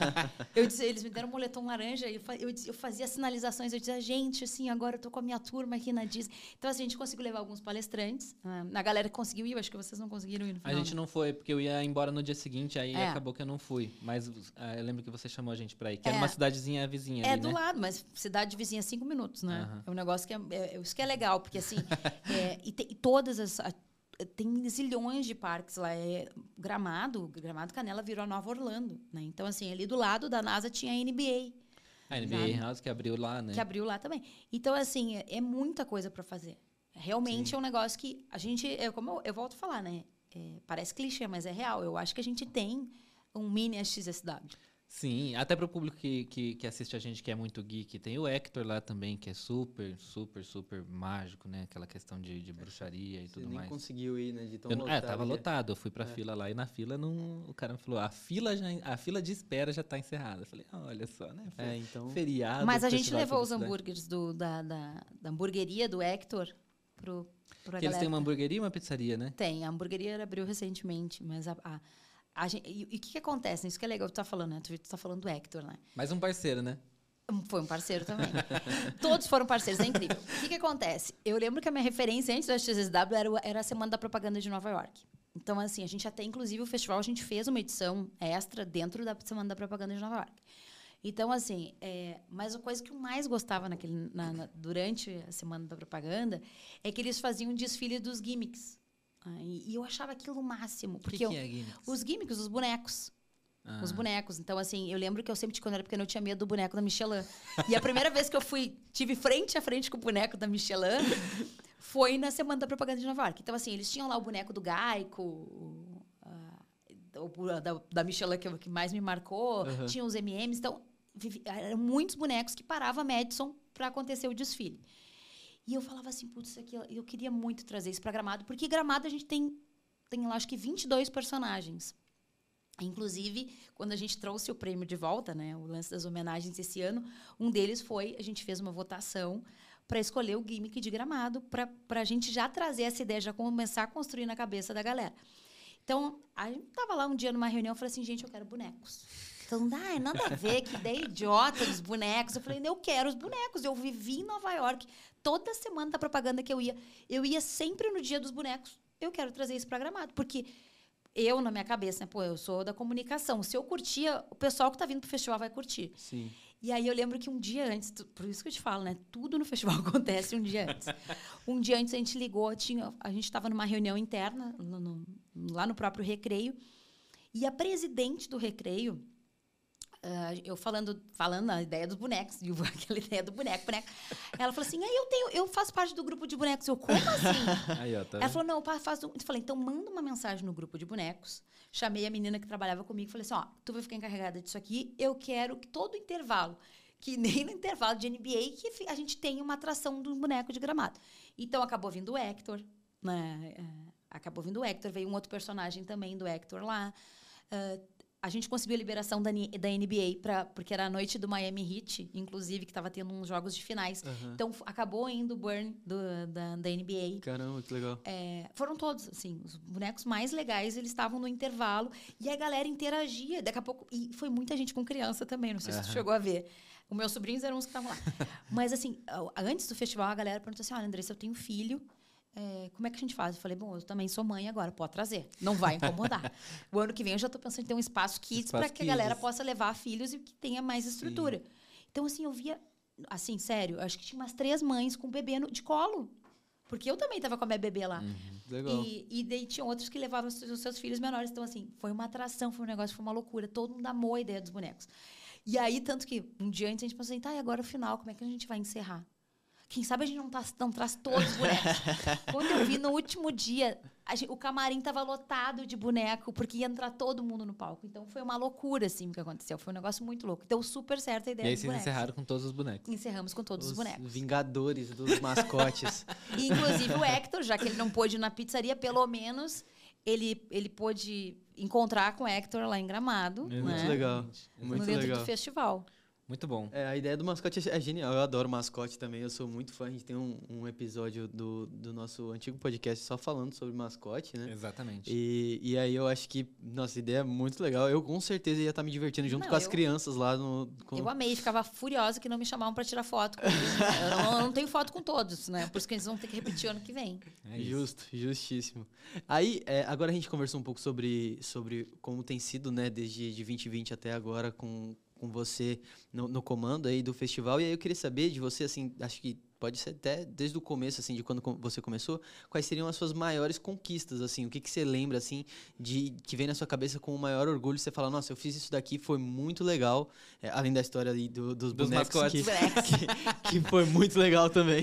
Eles me deram um moletom laranja, e eu fazia sinalizações, eu dizia, gente, assim, agora eu tô com a minha turma aqui na Disney. Então, assim, a gente conseguiu levar alguns palestrantes. A galera que conseguiu ir, eu acho que vocês não conseguiram ir no final. A gente não foi, porque eu ia embora no dia seguinte, aí acabou que eu não fui. Mas eu lembro que você chamou a gente pra ir, que era uma cidadezinha vizinha ali, do né? lado, mas cidade vizinha 5 minutos, né? Uhum. É um negócio que isso que é legal, porque assim, e todas as... Tem zilhões de parques lá. Gramado Canela virou a Nova Orlando, né? Então, assim, ali do lado da NASA tinha a NBA. A NBA House que abriu lá, né? Que abriu lá também. Então, assim, é muita coisa para fazer. Realmente é um negócio que a gente... Como eu volto a falar, né? Parece clichê, mas é real. Eu acho que a gente tem um mini XSW. Sim, até pro público que assiste a gente, que é muito geek, tem o Hector lá também, que é super, super, super mágico, né? Aquela questão de bruxaria e Você tudo nem mais. conseguiu ir, né? De tão Tava que é. lotado. Eu fui pra fila lá e na fila o cara me falou, a fila de espera já tá encerrada. Eu falei, olha só, né? Então... Feriado. Mas a gente festival de levou os publicidade. hambúrgueres da hamburgueria do Hector pra Que galera. eles têm uma hamburgueria e uma pizzaria, né? Tem, a hamburgueria abriu recentemente, mas e o que acontece? Isso que é legal tu tá falando, né? Tu tá falando do Hector, né? Mais um parceiro, né? Foi um parceiro também. Todos foram parceiros, é incrível. O que acontece? Eu lembro que a minha referência antes da XSW era a Semana da Propaganda de Nova York. Então, assim, a gente até, inclusive, o festival, a gente fez uma edição extra dentro da Semana da Propaganda de Nova York. Então, assim, mas a coisa que eu mais gostava durante a Semana da Propaganda é que eles faziam um desfile dos gimmicks. E eu achava aquilo o máximo. O Porque que é gimmicks? os gimmicks, os bonecos. Ah. Os bonecos. Então, assim, eu lembro que eu sempre, quando eu era pequena, eu tinha medo do boneco da Michelin. E a primeira vez que eu tive frente a frente com o boneco da Michelin foi na Semana da Propaganda de Nova York. Então, assim, eles tinham lá o boneco do Geico, da Michelin, que mais me marcou. Uhum. Tinha os M&M's. Então, eram muitos bonecos que paravam a Madison para acontecer o desfile. E eu falava assim, putz, isso aqui, eu queria muito trazer isso para Gramado, porque Gramado a gente tem lá, acho que 22 personagens. Inclusive, quando a gente trouxe o prêmio de volta, né, o lance das homenagens esse ano, um deles a gente fez uma votação para escolher o gimmick de Gramado, para a gente já trazer essa ideia, já começar a construir na cabeça da galera. Então, a gente estava lá um dia numa reunião, eu falei assim, gente, eu quero bonecos. Então, nada a ver, que ideia idiota dos bonecos. Eu falei, eu quero os bonecos. Eu vivi em Nova York, toda semana da propaganda que eu ia sempre no dia dos bonecos. Eu quero trazer isso para Gramado, porque eu, na minha cabeça, né, eu sou da comunicação. Se eu curtia, o pessoal que está vindo pro festival vai curtir. Sim. E aí eu lembro que um dia antes, por isso que eu te falo, né? Tudo no festival acontece um dia antes. Um dia antes a gente ligou, a gente estava numa reunião interna, lá no próprio Recreio, e a presidente do Recreio, eu falando a ideia dos bonecos, aquela ideia do boneco. Ela falou assim, eu faço parte do grupo de bonecos. Eu, como assim? Aí, ó, tá Ela falou, não, eu falei, então manda uma mensagem no grupo de bonecos. Chamei a menina que trabalhava comigo e falei assim, tu vai ficar encarregada disso aqui, eu quero que todo intervalo, que nem no intervalo de NBA, que a gente tenha uma atração do boneco de Gramado. Então, acabou vindo o Hector, né? Veio um outro personagem também do Hector lá. A gente conseguiu a liberação da NBA, porque era a noite do Miami Heat, inclusive, que estava tendo uns jogos de finais. Uhum. Então, acabou indo o burn da NBA. Caramba, que legal. Foram todos, assim, os bonecos mais legais, eles estavam no intervalo, e a galera interagia. Daqui a pouco... E foi muita gente com criança também, não sei se tu chegou a ver. Os meus sobrinhos eram os que estavam lá. Mas, assim, antes do festival, a galera perguntou assim, olha, Andressa, eu tenho filho... como é que a gente faz? Eu falei, bom, eu também sou mãe agora, pode trazer. Não vai incomodar. O ano que vem eu já estou pensando em ter um espaço kids para que a galera possa levar filhos e que tenha mais estrutura. Sim. Então, assim, eu via... Assim, sério, acho que tinha umas 3 mães com bebê de colo. Porque eu também estava com a minha bebê lá. Legal. E daí tinham outros que levavam os seus filhos menores. Então, assim, foi uma atração, foi um negócio, foi uma loucura. Todo mundo amou a ideia dos bonecos. E aí, tanto que um dia antes a gente pensou assim, e agora o final, como é que a gente vai encerrar? Quem sabe a gente não traz todos os bonecos. Quando eu vi no último dia, o camarim estava lotado de boneco, porque ia entrar todo mundo no palco. Então, foi uma loucura, assim, o que aconteceu. Foi um negócio muito louco. Deu super certo a ideia dos bonecos. E aí, vocês encerraram com todos os bonecos. Encerramos com todos os bonecos. Vingadores dos mascotes. E, inclusive, o Hector, já que ele não pôde ir na pizzaria, pelo menos... Ele pôde encontrar com o Hector lá em Gramado. Muito legal. Muito dentro legal. do festival. Muito bom. A ideia do mascote é genial. Eu adoro mascote também. Eu sou muito fã. A gente tem um episódio do nosso antigo podcast só falando sobre mascote, né? Exatamente. E aí eu acho que, nossa, a ideia é muito legal. Eu com certeza ia estar me divertindo junto com as crianças lá no... Eu amei. Ficava furiosa que não me chamavam para tirar foto com eles. Eu não tenho foto com todos, né? Por isso que eles vão ter que repetir ano que vem. Justo, justíssimo. Aí, agora a gente conversou um pouco sobre como tem sido, né, desde de 2020 até agora com você no comando aí do festival. E aí eu queria saber de você, assim, acho que pode ser até desde o começo, assim, de quando você começou, quais seriam as suas maiores conquistas, assim, o que você lembra, assim, que vem na sua cabeça com o maior orgulho, você fala, nossa, eu fiz isso daqui, foi muito legal, além da história aí dos bonecos, mascotes. que foi muito legal também.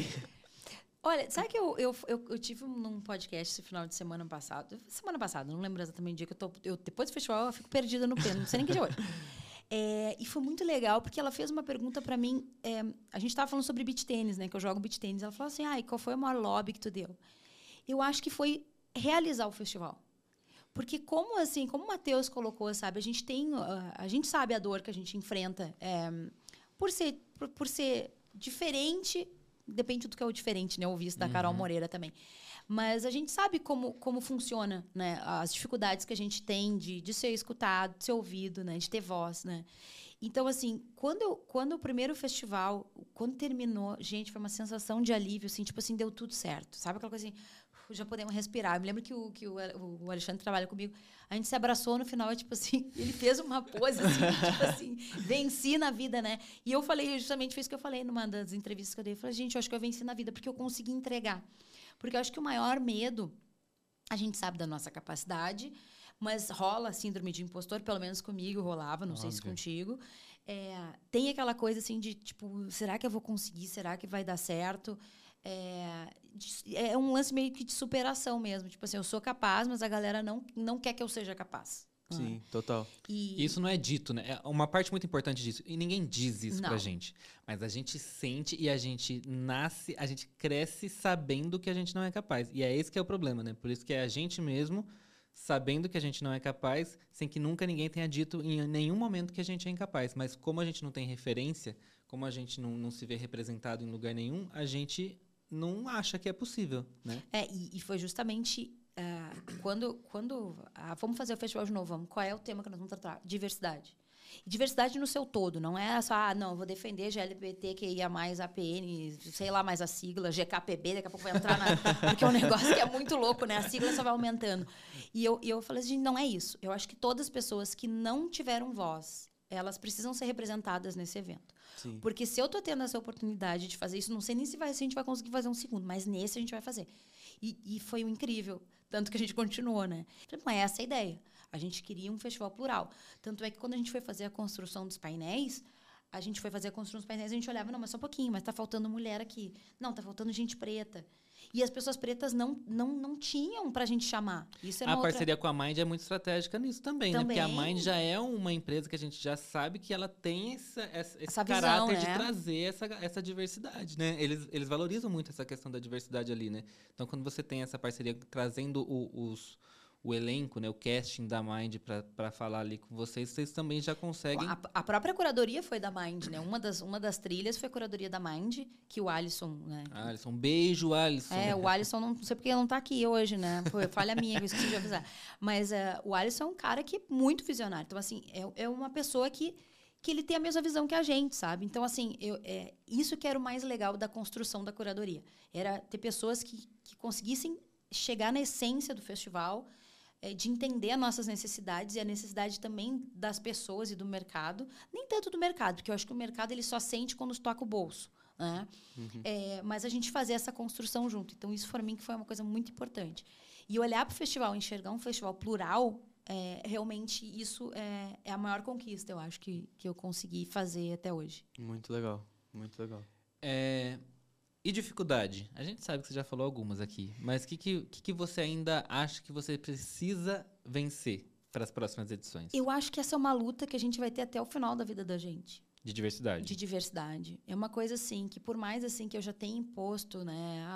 Olha, sabe que eu tive num podcast esse final de semana passada, não lembro exatamente o dia que depois do festival eu fico perdida no pé, não sei nem que dia é hoje. E foi muito legal, porque ela fez uma pergunta pra mim. A gente tava falando sobre beach tênis, né? Que eu jogo beach tênis. Ela falou assim, qual foi o maior lobby que tu deu? Eu acho que foi realizar o festival. Porque como o Matheus colocou, sabe? A gente sabe a dor que a gente enfrenta. Por ser diferente, depende do que é o diferente, né? Eu ouvi isso da Carol Moreira também. Mas a gente sabe como funciona, né? As dificuldades que a gente tem de ser escutado, de ser ouvido, né? De ter voz, né? Então, assim, quando o primeiro festival, quando terminou, gente, foi uma sensação de alívio, assim, tipo assim, deu tudo certo. Sabe aquela coisa assim, já podemos respirar. Eu me lembro que o Alexandre trabalha comigo, a gente se abraçou no final, tipo assim, ele fez uma pose, assim, tipo assim, venci na vida, né? E eu falei, justamente foi isso que eu falei numa das entrevistas que eu dei. Eu falei, gente, eu acho que eu venci na vida, porque eu consegui entregar. Porque eu acho que o maior medo, a gente sabe da nossa capacidade, mas rola a síndrome de impostor, pelo menos comigo rolava, não sei se contigo. Tem aquela coisa assim de, tipo, será que eu vou conseguir? Será que vai dar certo? É um lance meio que de superação mesmo. Tipo assim, eu sou capaz, mas a galera não quer que eu seja capaz. Sim, total. E isso não é dito, né? É uma parte muito importante disso. E ninguém diz isso pra gente. Mas a gente sente e a gente nasce, a gente cresce sabendo que a gente não é capaz. E é esse que é o problema, né? Por isso que é a gente mesmo sabendo que a gente não é capaz, sem que nunca ninguém tenha dito em nenhum momento que a gente é incapaz. Mas como a gente não tem referência, como a gente não se vê representado em lugar nenhum, a gente não acha que é possível, né? E foi justamente... quando vamos fazer o festival de novo, qual é o tema que nós vamos tratar? Diversidade. E diversidade no seu todo, não é só, não, eu vou defender LGBTQIA+, APN, sei lá mais a sigla, GKPB, daqui a pouco vai entrar porque é um negócio que é muito louco, né? A sigla só vai aumentando. E eu falei assim, não é isso. Eu acho que todas as pessoas que não tiveram voz, elas precisam ser representadas nesse evento. Sim. Porque se eu tô tendo essa oportunidade de fazer isso, não sei nem se a gente vai conseguir fazer um segundo, mas nesse a gente vai fazer. E foi incrível. Tanto que a gente continuou, né? Não é essa a ideia. A gente queria um festival plural. Tanto é que quando a gente foi fazer a construção dos painéis, a gente olhava, não, mas só um pouquinho, mas tá faltando mulher aqui. Não, tá faltando gente preta. E as pessoas pretas não tinham pra gente chamar. Isso é a parceria com a Mind é muito estratégica nisso também, né? Porque a Mind já é uma empresa que a gente já sabe que ela tem essa caráter visão, né? De trazer essa diversidade, né? Eles valorizam muito essa questão da diversidade ali, né? Então, quando você tem essa parceria trazendo o elenco, né, o casting da Mind para falar ali com vocês também já conseguem... A própria curadoria foi da Mind, né? Uma das trilhas foi a curadoria da Mind, que o Alisson, né? Alisson, beijo, Alisson. O Alisson, não sei porque ele não tá aqui hoje, né? Foi falha minha, eu esqueci de avisar. Mas o Alisson é um cara que é muito visionário. Então, assim, é uma pessoa que ele tem a mesma visão que a gente, sabe? Então, assim, isso que era o mais legal da construção da curadoria. Era ter pessoas que conseguissem chegar na essência do festival, de entender as nossas necessidades e a necessidade também das pessoas e do mercado. Nem tanto do mercado, porque eu acho que o mercado ele só sente quando se toca o bolso, né? Mas a gente fazer essa construção junto. Então, isso para mim que foi uma coisa muito importante. E olhar para o festival, enxergar um festival plural, realmente isso é a maior conquista, eu acho, que eu consegui fazer até hoje. Muito legal, muito legal. E dificuldade? A gente sabe que você já falou algumas aqui, mas o que você ainda acha que você precisa vencer para as próximas edições? Eu acho que essa é uma luta que a gente vai ter até o final da vida da gente. De diversidade? De diversidade. É uma coisa assim, que por mais assim que eu já tenha imposto, né?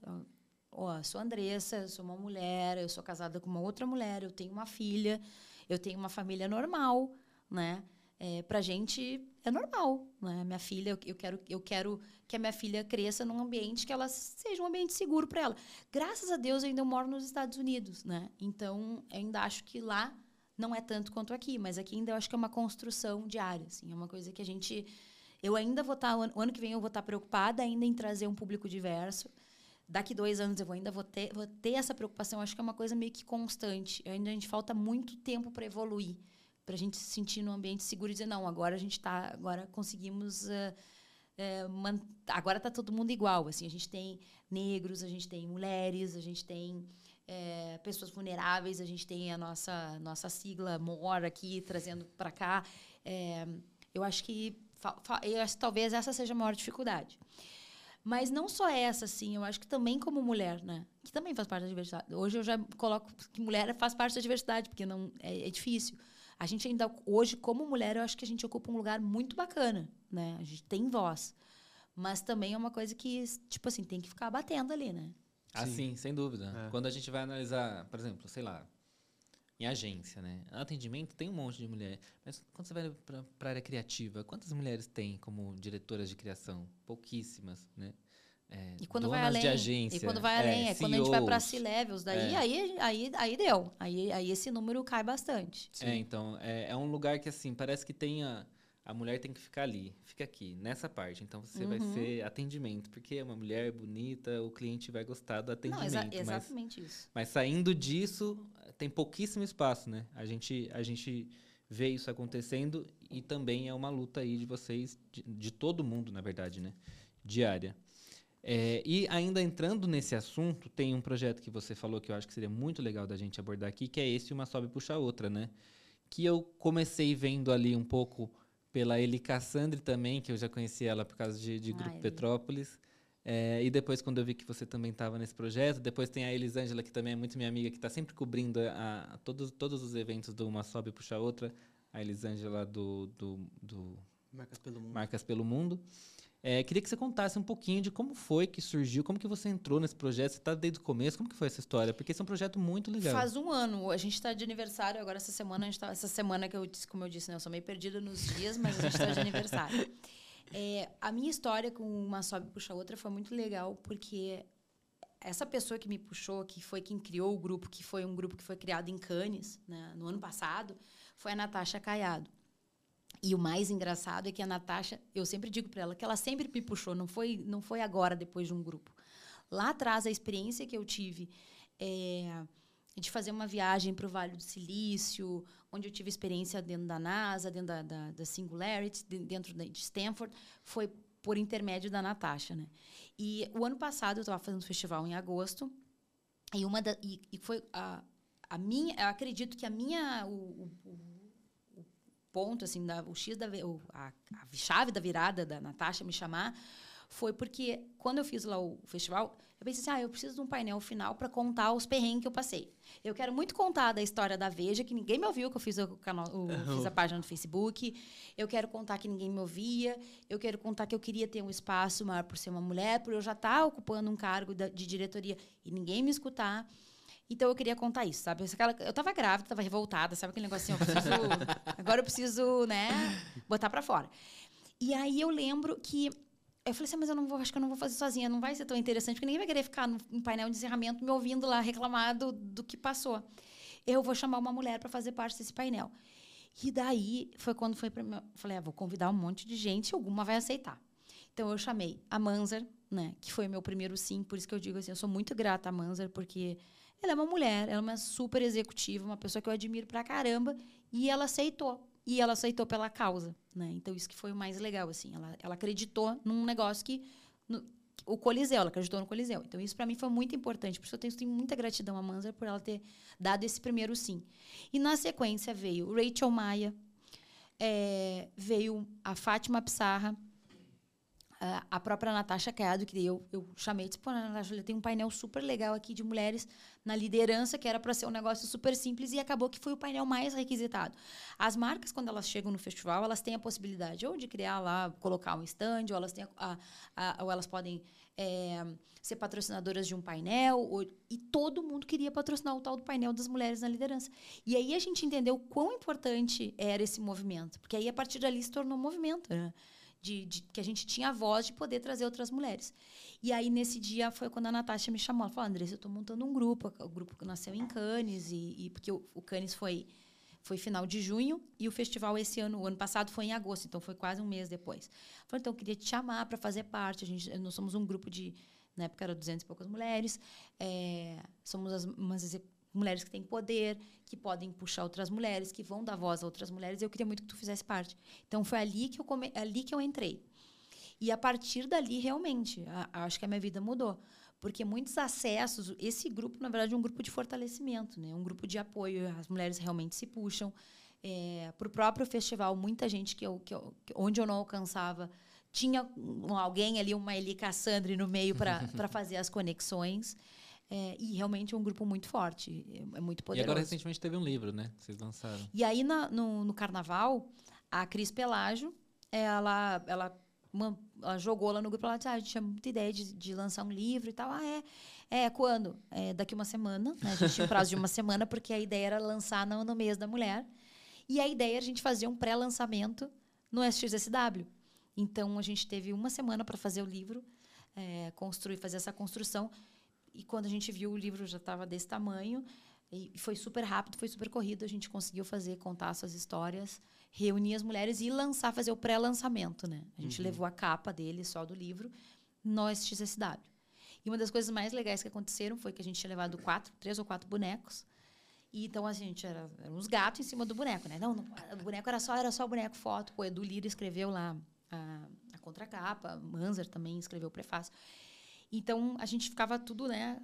Sou Andressa, sou uma mulher, eu sou casada com uma outra mulher, eu tenho uma filha, eu tenho uma família normal, né? Pra gente é normal, né? Minha filha, eu quero que a minha filha cresça num ambiente que ela seja um ambiente seguro para ela. Graças a Deus eu ainda moro nos Estados Unidos, né? Então eu ainda acho que lá não é tanto quanto aqui, mas aqui ainda eu acho que é uma construção diária, assim, é uma coisa que eu ainda vou estar, o ano que vem eu vou estar preocupada ainda em trazer um público diverso. Daqui 2 anos eu ainda vou ter essa preocupação, acho que é uma coisa meio que constante. A gente falta muito tempo para evoluir, para a gente se sentir num ambiente seguro e dizer, não, agora conseguimos... agora está todo mundo igual. Assim, a gente tem negros, a gente tem mulheres, a gente tem pessoas vulneráveis, a gente tem a nossa sigla MOR aqui, trazendo para cá. Eu acho que talvez essa seja a maior dificuldade. Mas não só essa, assim, eu acho que também como mulher, né? Que também faz parte da diversidade. Hoje eu já coloco que mulher faz parte da diversidade, porque não é difícil. A gente ainda, hoje, como mulher, eu acho que a gente ocupa um lugar muito bacana, né? A gente tem voz. Mas também é uma coisa que, tipo assim, tem que ficar batendo ali, né? Ah, sim, sem dúvida. É. Quando a gente vai analisar, por exemplo, sei lá, em agência, né? Atendimento tem um monte de mulher. Mas quando você vai para a área criativa, quantas mulheres tem como diretoras de criação? Pouquíssimas, né? E quando donas vai além, de agência, e quando vai além, quando a gente vai para CEOs. C-levels, daí aí deu. Aí esse número cai bastante. Então, é um lugar que, assim, parece que tem a mulher tem que ficar ali, fica aqui, nessa parte. Então, você vai ser atendimento, porque é uma mulher bonita, o cliente vai gostar do atendimento. Não, exatamente isso. Mas saindo disso, tem pouquíssimo espaço, né? A gente vê isso acontecendo e também é uma luta aí de vocês, de todo mundo, na verdade, né? Diária. E ainda entrando nesse assunto, tem um projeto que você falou que eu acho que seria muito legal da gente abordar aqui, que é esse Uma Sobe Puxa a Outra, né? Que eu comecei vendo ali um pouco pela Eli Cassandre também, que eu já conheci ela por causa de Grupo Petrópolis. E depois, quando eu vi que você também estava nesse projeto, depois tem a Elisângela, que também é muito minha amiga, que está sempre cobrindo todos os eventos do Uma Sobe Puxa a Outra. A Elisângela do Marcas pelo Mundo. Queria que você contasse um pouquinho de como foi que surgiu, como que você entrou nesse projeto, você está desde o começo, como que foi essa história? Porque esse é um projeto muito legal. Faz um ano, a gente está de aniversário, agora essa semana que eu disse, como eu disse, né, eu sou meio perdida nos dias, mas a gente está de aniversário. A minha história com Uma Sobe Puxa a Outra foi muito legal, porque essa pessoa que me puxou, que foi quem criou o grupo, que foi um grupo que foi criado em Cannes, né, no ano passado, foi a Natasha Caiado. E o mais engraçado é que a Natasha, eu sempre digo para ela que ela sempre me puxou, não foi agora, depois de um grupo. Lá atrás, a experiência que eu tive de fazer uma viagem para o Vale do Silício, onde eu tive experiência dentro da NASA, dentro da Singularity, dentro de Stanford, foi por intermédio da Natasha, né? E o ano passado, eu estava fazendo um festival em agosto, e foi a minha... Eu acredito que a minha... ponto, assim, a chave da virada da Natasha me chamar foi porque, quando eu fiz lá o festival, eu pensei assim, eu preciso de um painel final para contar os perrengues que eu passei. Eu quero muito contar da história da Veja, que ninguém me ouviu, que eu fiz fiz a página no Facebook. Eu quero contar que ninguém me ouvia. Eu quero contar que eu queria ter um espaço maior por ser uma mulher, por eu já estar ocupando um cargo de diretoria e ninguém me escutar. Então, eu queria contar isso, sabe? Eu tava grávida, tava revoltada, sabe aquele negocinho? Agora eu preciso, né, botar pra fora. E aí, eu lembro que... Eu falei assim, mas acho que eu não vou fazer sozinha, não vai ser tão interessante, porque ninguém vai querer ficar no painel de encerramento me ouvindo lá reclamar do que passou. Eu vou chamar uma mulher para fazer parte desse painel. E daí, foi quando foi para mim... Eu falei, vou convidar um monte de gente, alguma vai aceitar. Então, eu chamei a Manzar, né, que foi o meu primeiro sim, por isso que eu digo assim, eu sou muito grata à Manzar, porque... Ela é uma mulher, ela é uma super executiva, uma pessoa que eu admiro pra caramba, e ela aceitou. E ela aceitou pela causa, né? Então, isso que foi o mais legal, assim. Ela acreditou num negócio o Coliseu, ela acreditou no Coliseu. Então, isso pra mim foi muito importante. Por isso eu tenho muita gratidão à Manzar por ela ter dado esse primeiro sim. E, na sequência, veio Rachel Maia, veio a Fátima Pissarra, a própria Natasha Caiado, que eu chamei e disse, Natasha, tem um painel super legal aqui de mulheres na liderança, que era para ser um negócio super simples, e acabou que foi o painel mais requisitado. As marcas, quando elas chegam no festival, elas têm a possibilidade ou de criar lá, colocar um stand, ou elas, ou elas podem ser patrocinadoras de um painel, e todo mundo queria patrocinar o tal do painel das mulheres na liderança. E aí a gente entendeu quão importante era esse movimento, porque aí a partir dali se tornou um movimento, né? Que a gente tinha a voz de poder trazer outras mulheres. E aí, nesse dia, foi quando a Natasha me chamou. Ela falou, Andressa, eu estou montando um grupo. O grupo nasceu em Cannes, porque o Cannes foi final de junho, e o festival o ano passado, foi em agosto, então foi quase um mês depois. Ela falou, então, eu queria te chamar para fazer parte. Nós somos um grupo na época, era 200 e poucas mulheres. Somos umas mulheres que têm poder, que podem puxar outras mulheres, que vão dar voz a outras mulheres. Eu queria muito que tu fizesse parte. Então, foi ali que eu entrei. E, a partir dali, realmente, acho que a minha vida mudou. Porque muitos acessos... Esse grupo, na verdade, é um grupo de fortalecimento, né? Um grupo de apoio. As mulheres realmente se puxam. Para o próprio festival, muita gente onde eu não alcançava, tinha alguém ali, uma Eli Cassandre no meio para fazer as conexões. E realmente é um grupo muito forte, é muito E poderoso. agora, recentemente, teve um livro, né? Que vocês lançaram. E aí, no carnaval, a Cris Pelágio, ela jogou lá no grupo, ela disse, a gente tinha muita ideia de lançar um livro e tal. Quando? Daqui uma semana, né? A gente tinha um prazo de uma semana, porque a ideia era lançar no mês da mulher. E a ideia era a gente fazer um pré-lançamento no SXSW. Então, a gente teve uma semana para fazer o livro, fazer essa construção. E quando a gente viu, o livro já estava desse tamanho. E foi super rápido, foi super corrido. A gente conseguiu contar suas histórias, reunir as mulheres e fazer o pré-lançamento, né? A gente levou a capa dele, só do livro, no SXSW. E uma das coisas mais legais que aconteceram foi que a gente tinha levado 3 ou 4 bonecos. E então a gente eram uns gatos em cima do boneco, né? Não, o boneco era só o boneco foto. O Edu Lira escreveu lá a contracapa, Manzer também escreveu o prefácio. Então a gente ficava tudo, né?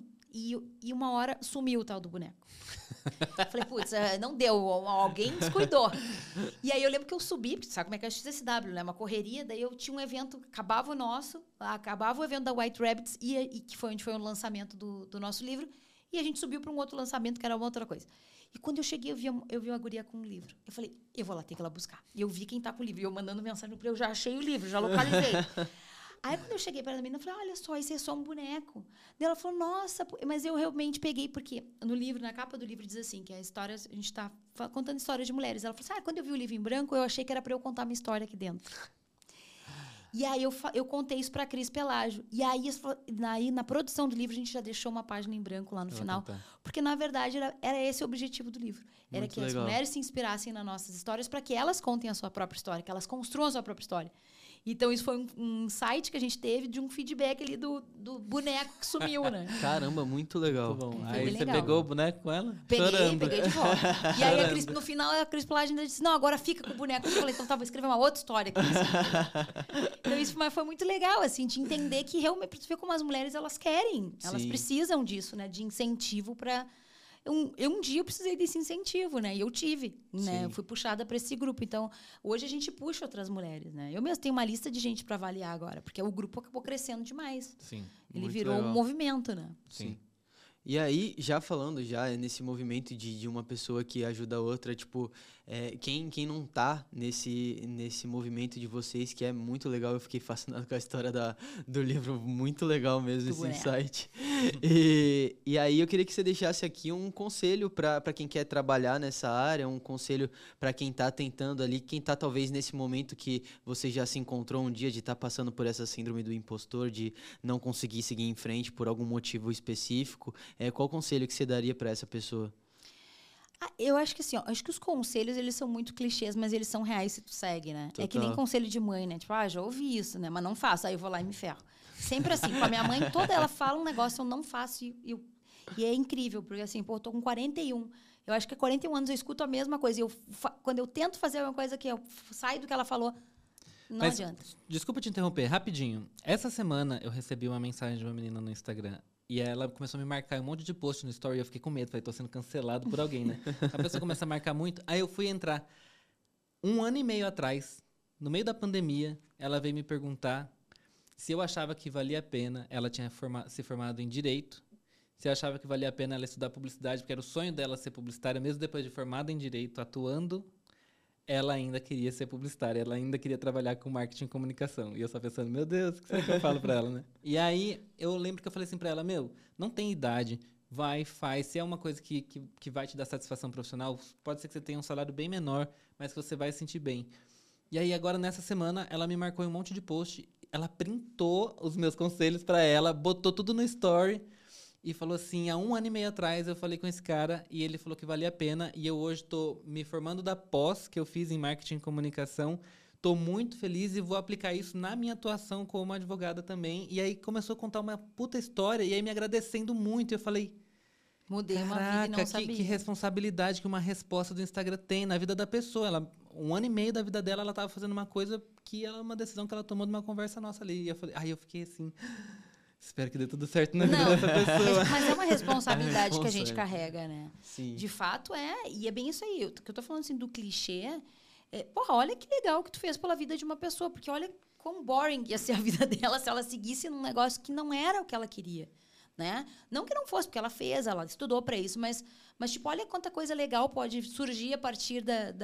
E uma hora sumiu o tal do boneco. Falei, putz, não deu, alguém descuidou. E aí eu lembro que eu subi, porque sabe como é que é a XSW, né? Uma correria, daí eu tinha um evento, acabava o evento da White Rabbits, e que foi onde foi o lançamento do nosso livro, e a gente subiu para um outro lançamento, que era uma outra coisa. E quando eu cheguei, eu vi uma guria com um livro. Eu falei, eu vou lá ter que ir lá buscar. E eu vi quem tá com o livro, e eu mandando mensagem para eu já achei o livro, já localizei. Aí, quando eu cheguei para a menina, eu falei, olha só, esse é só um boneco. Daí ela falou, nossa, mas eu realmente peguei, porque no livro, na capa do livro, diz assim, que a história, a gente está contando histórias de mulheres. Ela falou assim, quando eu vi o livro em branco, eu achei que era para eu contar minha história aqui dentro. E aí, eu contei isso para a Cris Pelágio. E aí, na produção do livro, a gente já deixou uma página em branco lá no final. Porque, na verdade, era esse o objetivo do livro. Era muito que legal. As mulheres se inspirassem nas nossas histórias para que elas contem a sua própria história, que elas construam a sua própria história. Então, isso foi um insight que a gente teve de um feedback ali do boneco que sumiu, né? Caramba, muito legal. Muito bom. Aí você pegou o boneco com ela? Peguei de volta. E aí, no final, a Cris Pelágio ainda disse, não, agora fica com o boneco. Eu falei, então vou escrever uma outra história aqui. Então, isso foi muito legal, assim, de entender que realmente, pra você ver como as mulheres, elas querem. Elas precisam disso, né? De incentivo para... Um dia eu precisei desse incentivo, né? E eu tive, né? Eu fui puxada para esse grupo. Então, hoje a gente puxa outras mulheres, né? Eu mesmo tenho uma lista de gente para avaliar agora, porque o grupo acabou crescendo demais. Sim. Ele virou um movimento, né? Sim. E aí, já falando nesse movimento de uma pessoa que ajuda a outra, tipo, quem não tá nesse movimento de vocês, que é muito legal, eu fiquei fascinado com a história do livro, muito legal mesmo esse insight. E aí eu queria que você deixasse aqui um conselho para quem quer trabalhar nessa área, um conselho para quem tá tentando ali, quem tá talvez nesse momento que você já se encontrou um dia de estar passando por essa síndrome do impostor, de não conseguir seguir em frente por algum motivo específico. Qual conselho que você daria para essa pessoa? Eu acho que assim, acho que os conselhos, eles são muito clichês, mas eles são reais se tu segue, né? Total. É que nem conselho de mãe, né? Tipo, já ouvi isso, né? Mas não faço, aí eu vou lá e me ferro. Sempre assim, com a minha mãe, toda ela fala um negócio, eu não faço, e é incrível, porque assim, eu tô com 41. Eu acho que há 41 anos eu escuto a mesma coisa, e quando eu tento fazer uma coisa que eu saio do que ela falou, não adianta. Desculpa te interromper, rapidinho. Essa semana eu recebi uma mensagem de uma menina no Instagram. E ela começou a me marcar um monte de post no story. E eu fiquei com medo. Falei, tô sendo cancelado por alguém, né? A pessoa começa a marcar muito. Aí eu fui entrar. 1 ano e meio atrás, no meio da pandemia, ela veio me perguntar se eu achava que valia a pena. Ela tinha se formado em Direito. Se eu achava que valia a pena ela estudar publicidade, porque era o sonho dela ser publicitária, mesmo depois de formada em Direito, atuando. Ela ainda queria ser publicitária, ela ainda queria trabalhar com marketing e comunicação. E eu só pensando, meu Deus, o que será que eu falo pra ela, né? E aí, eu lembro que eu falei assim pra ela, não tem idade, faz. Se é uma coisa que vai te dar satisfação profissional, pode ser que você tenha um salário bem menor, mas que você vai se sentir bem. E aí, agora, nessa semana, ela me marcou em um monte de post, ela printou os meus conselhos pra ela, botou tudo no story, e falou assim, há 1 ano e meio atrás eu falei com esse cara e ele falou que valia a pena e eu hoje estou me formando da pós que eu fiz em marketing e comunicação, estou muito feliz e vou aplicar isso na minha atuação como advogada também. E aí começou a contar uma puta história e aí me agradecendo muito. Eu falei, mudei uma vida e não sabia. Que responsabilidade que uma resposta do Instagram tem na vida da pessoa. Ela, 1 ano e meio da vida dela, ela estava fazendo uma coisa que era uma decisão que ela tomou de uma conversa nossa ali. E eu fiquei assim... Espero que dê tudo certo na vida dessa pessoa. Mas é uma responsabilidade que a gente carrega, né? Sim. De fato, e é bem isso aí. O que eu tô falando assim do clichê, olha que legal que tu fez pela vida de uma pessoa, porque olha quão boring ia ser a vida dela se ela seguisse num negócio que não era o que ela queria. né? Não que não fosse, porque ela fez, ela estudou para isso, mas tipo, olha quanta coisa legal pode surgir a partir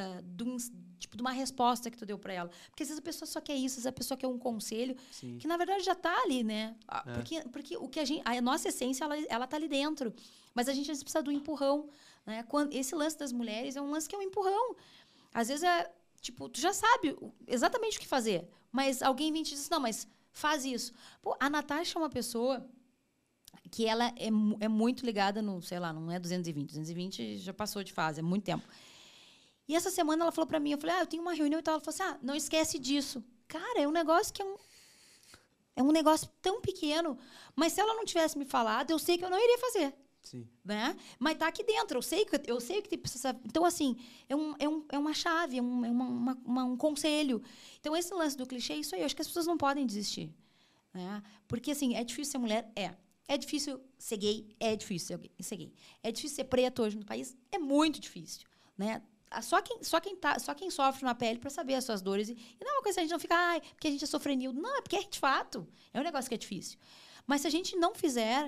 de uma resposta que tu deu para ela. Porque às vezes a pessoa só quer isso, às vezes a pessoa quer um conselho, Sim. que na verdade já tá ali, né? Porque o que a nossa essência, ela tá ali dentro. Mas a gente às vezes precisa do empurrão, né? Esse lance das mulheres é um lance que é um empurrão. Às vezes tipo, tu já sabe exatamente o que fazer, mas alguém vem e te diz, não, mas faz isso. Pô, a Natasha é uma pessoa que ela é muito ligada no, sei lá, não é 220. 220 já passou de fase, é muito tempo. E essa semana ela falou pra mim, eu falei, eu tenho uma reunião e tal. Ela falou assim, não esquece disso. Cara, é um negócio que é um negócio tão pequeno, mas se ela não tivesse me falado, eu sei que eu não iria fazer. Sim. Né? Mas tá aqui dentro, eu sei que tem precisa. Então, assim, é uma chave, é um conselho. Então, esse lance do clichê é isso aí. Eu acho que as pessoas não podem desistir. Né? Porque, assim, é difícil ser mulher? É difícil ser gay? É difícil ser gay. É difícil ser preto hoje no país? É muito difícil. Né? Só quem sofre na pele para saber as suas dores. E não é uma coisa que a gente não fica, porque a gente é sofrenil. Não, é porque é de fato. É um negócio que é difícil. Mas se a gente não fizer,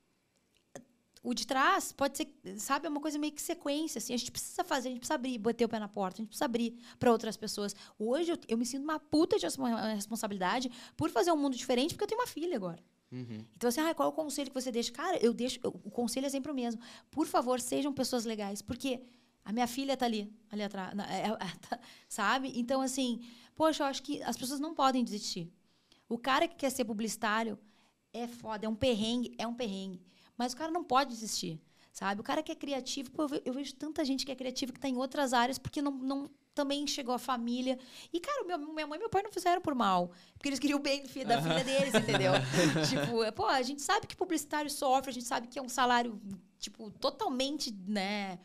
o de trás pode ser, sabe, é uma coisa meio que sequência, assim. A gente precisa fazer, a gente precisa abrir, bater o pé na porta, a gente precisa abrir para outras pessoas. Hoje eu me sinto uma puta de responsabilidade por fazer um mundo diferente, porque eu tenho uma filha agora. Uhum. Então, assim, qual é o conselho que você deixa? Cara, o conselho é sempre o mesmo. Por favor, sejam pessoas legais, porque a minha filha tá ali atrás, sabe? Então, assim, poxa, eu acho que as pessoas não podem desistir. O cara que quer ser publicitário é foda, é um perrengue. Mas o cara não pode desistir, sabe? O cara que é criativo, eu vejo tanta gente que é criativa que está em outras áreas porque não também chegou a família. E, cara, minha mãe e meu pai não fizeram por mal, porque eles queriam o bem da filha deles, entendeu? Tipo, a gente sabe que publicitário sofre, a gente sabe que é um salário, tipo, totalmente, né,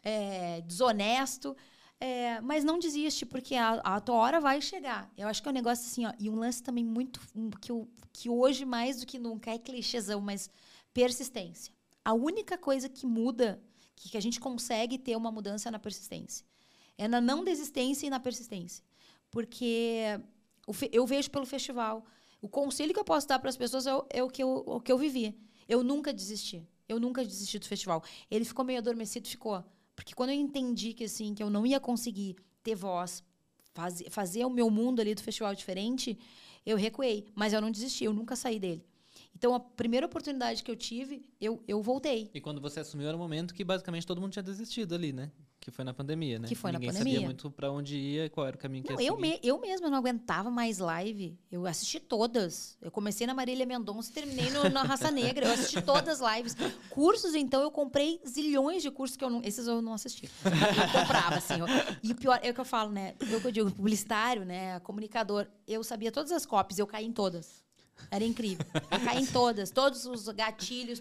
desonesto, mas não desiste, porque a tua hora vai chegar. Eu acho que é um negócio assim, ó, e um lance também muito, que hoje, mais do que nunca, é clichêzão, mas persistência. A única coisa que muda, que a gente consegue ter uma mudança é na persistência. É na não desistência e na persistência. Porque eu vejo pelo festival. O conselho que eu posso dar para as pessoas é o que eu vivi. Eu nunca desisti. Eu nunca desisti do festival. Ele ficou meio adormecido, ficou. Porque quando eu entendi que, assim, que eu não ia conseguir ter voz, fazer o meu mundo ali do festival diferente, eu recuei. Mas eu não desisti, eu nunca saí dele. Então, a primeira oportunidade que eu tive, eu voltei. E quando você assumiu, era um momento que basicamente todo mundo tinha desistido ali, né? Que foi na pandemia, né? Que foi Ninguém na pandemia. sabia muito pra onde ia e qual era o caminho que ia Não, seguir. eu mesma não aguentava mais live. Eu assisti todas. Eu comecei na Marília Mendonça e terminei na Raça Negra. Eu assisti todas as lives. Cursos, então, eu comprei zilhões de cursos que esses eu não assisti. Eu comprava, assim. E o pior é o que eu falo, né? Eu que eu digo, publicitário, né? Comunicador. Eu sabia todas as copies, eu caí em todas. Era incrível. Eu caí em todos os gatilhos,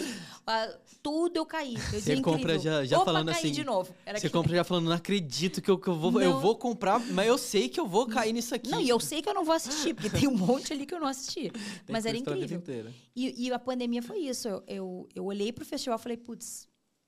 tudo eu caí. Eu Você compra já falando caí assim. de novo. Você compra já falando, não acredito que eu vou comprar, mas eu sei que eu vou cair nisso aqui. Não, e eu sei que eu não vou assistir, porque tem um monte ali que eu não assisti. Mas era curso pela vida incrível. inteira. E a pandemia foi isso. Eu olhei pro festival e falei, putz,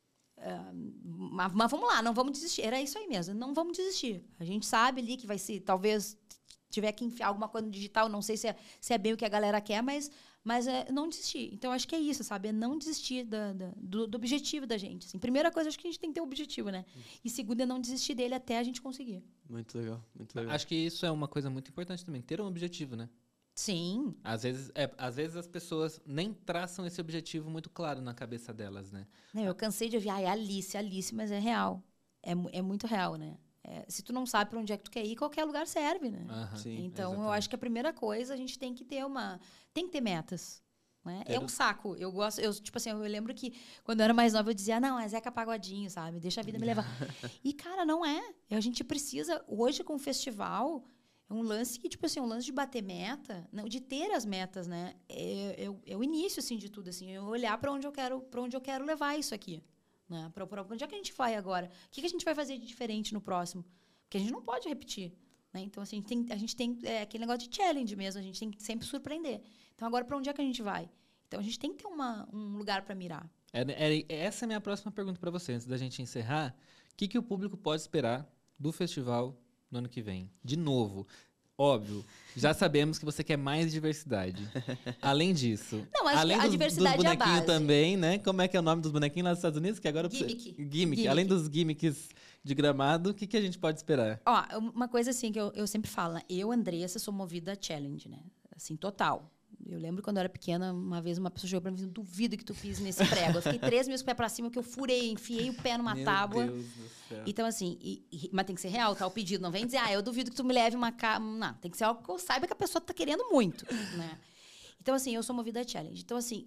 mas vamos lá, não vamos desistir. Era isso aí mesmo, não vamos desistir. A gente sabe ali que vai ser, talvez tiver que enfiar alguma coisa no digital, não sei se é bem o que a galera quer, mas não desistir. Então, acho que é isso, sabe? É não desistir do objetivo da gente. Assim. Primeira coisa, acho que a gente tem que ter um objetivo, né? E segunda, é não desistir dele até a gente conseguir. Muito legal, muito legal. Acho que isso é uma coisa muito importante também, ter um objetivo, né? Sim. Às vezes as pessoas nem traçam esse objetivo muito claro na cabeça delas, né? Não, eu cansei de ouvir, Alice, mas é real. É muito real, né? Se tu não sabe para onde é que tu quer ir, qualquer lugar serve, né? Sim, então, exatamente. eu acho que a primeira coisa, a gente tem que ter metas. Né? É um saco. Eu lembro que quando eu era mais nova, eu dizia, não, é Zeca Pagodinho, sabe? Deixa a vida me levar. E, cara, não é. A gente precisa, hoje com o festival, é um lance que, tipo assim, um lance de bater meta, não, de ter as metas, né? É o início, assim, de tudo, assim. Eu olhar para onde eu quero levar isso aqui. Né? Para onde é que a gente vai agora? O que a gente vai fazer de diferente no próximo? Porque a gente não pode repetir. Né? Então, assim, a gente tem aquele negócio de challenge mesmo, a gente tem que sempre surpreender. Então, agora, para onde é que a gente vai? Então, a gente tem que ter um lugar para mirar. Essa é a minha próxima pergunta para você, antes da gente encerrar. O que o público pode esperar do festival no ano que vem? De novo, óbvio. Já sabemos que você quer mais diversidade. Além disso, Não, acho além que a dos diversidade é a bonequinhos base. também, né? Como é que é o nome dos bonequinhos lá nos Estados Unidos? Que agora Gimmick. Gimmick. Além dos gimmicks de gramado, o que a gente pode esperar? Ó, uma coisa assim que eu sempre falo, né? Eu, Andressa, sou movida a challenge, né? Assim, total. Eu lembro quando eu era pequena, uma vez uma pessoa chegou pra mim e disse, duvido que tu pise nesse prego. Eu fiquei 3 meses com o pé pra cima, que eu furei, enfiei o pé numa tábua. Meu Deus do céu. Então, assim, mas tem que ser real, tá? O pedido. Não vem dizer, eu duvido que tu me leve uma... Não, tem que ser algo que eu saiba que a pessoa tá querendo muito, né? Então, assim, eu sou movida a challenge. Então, assim,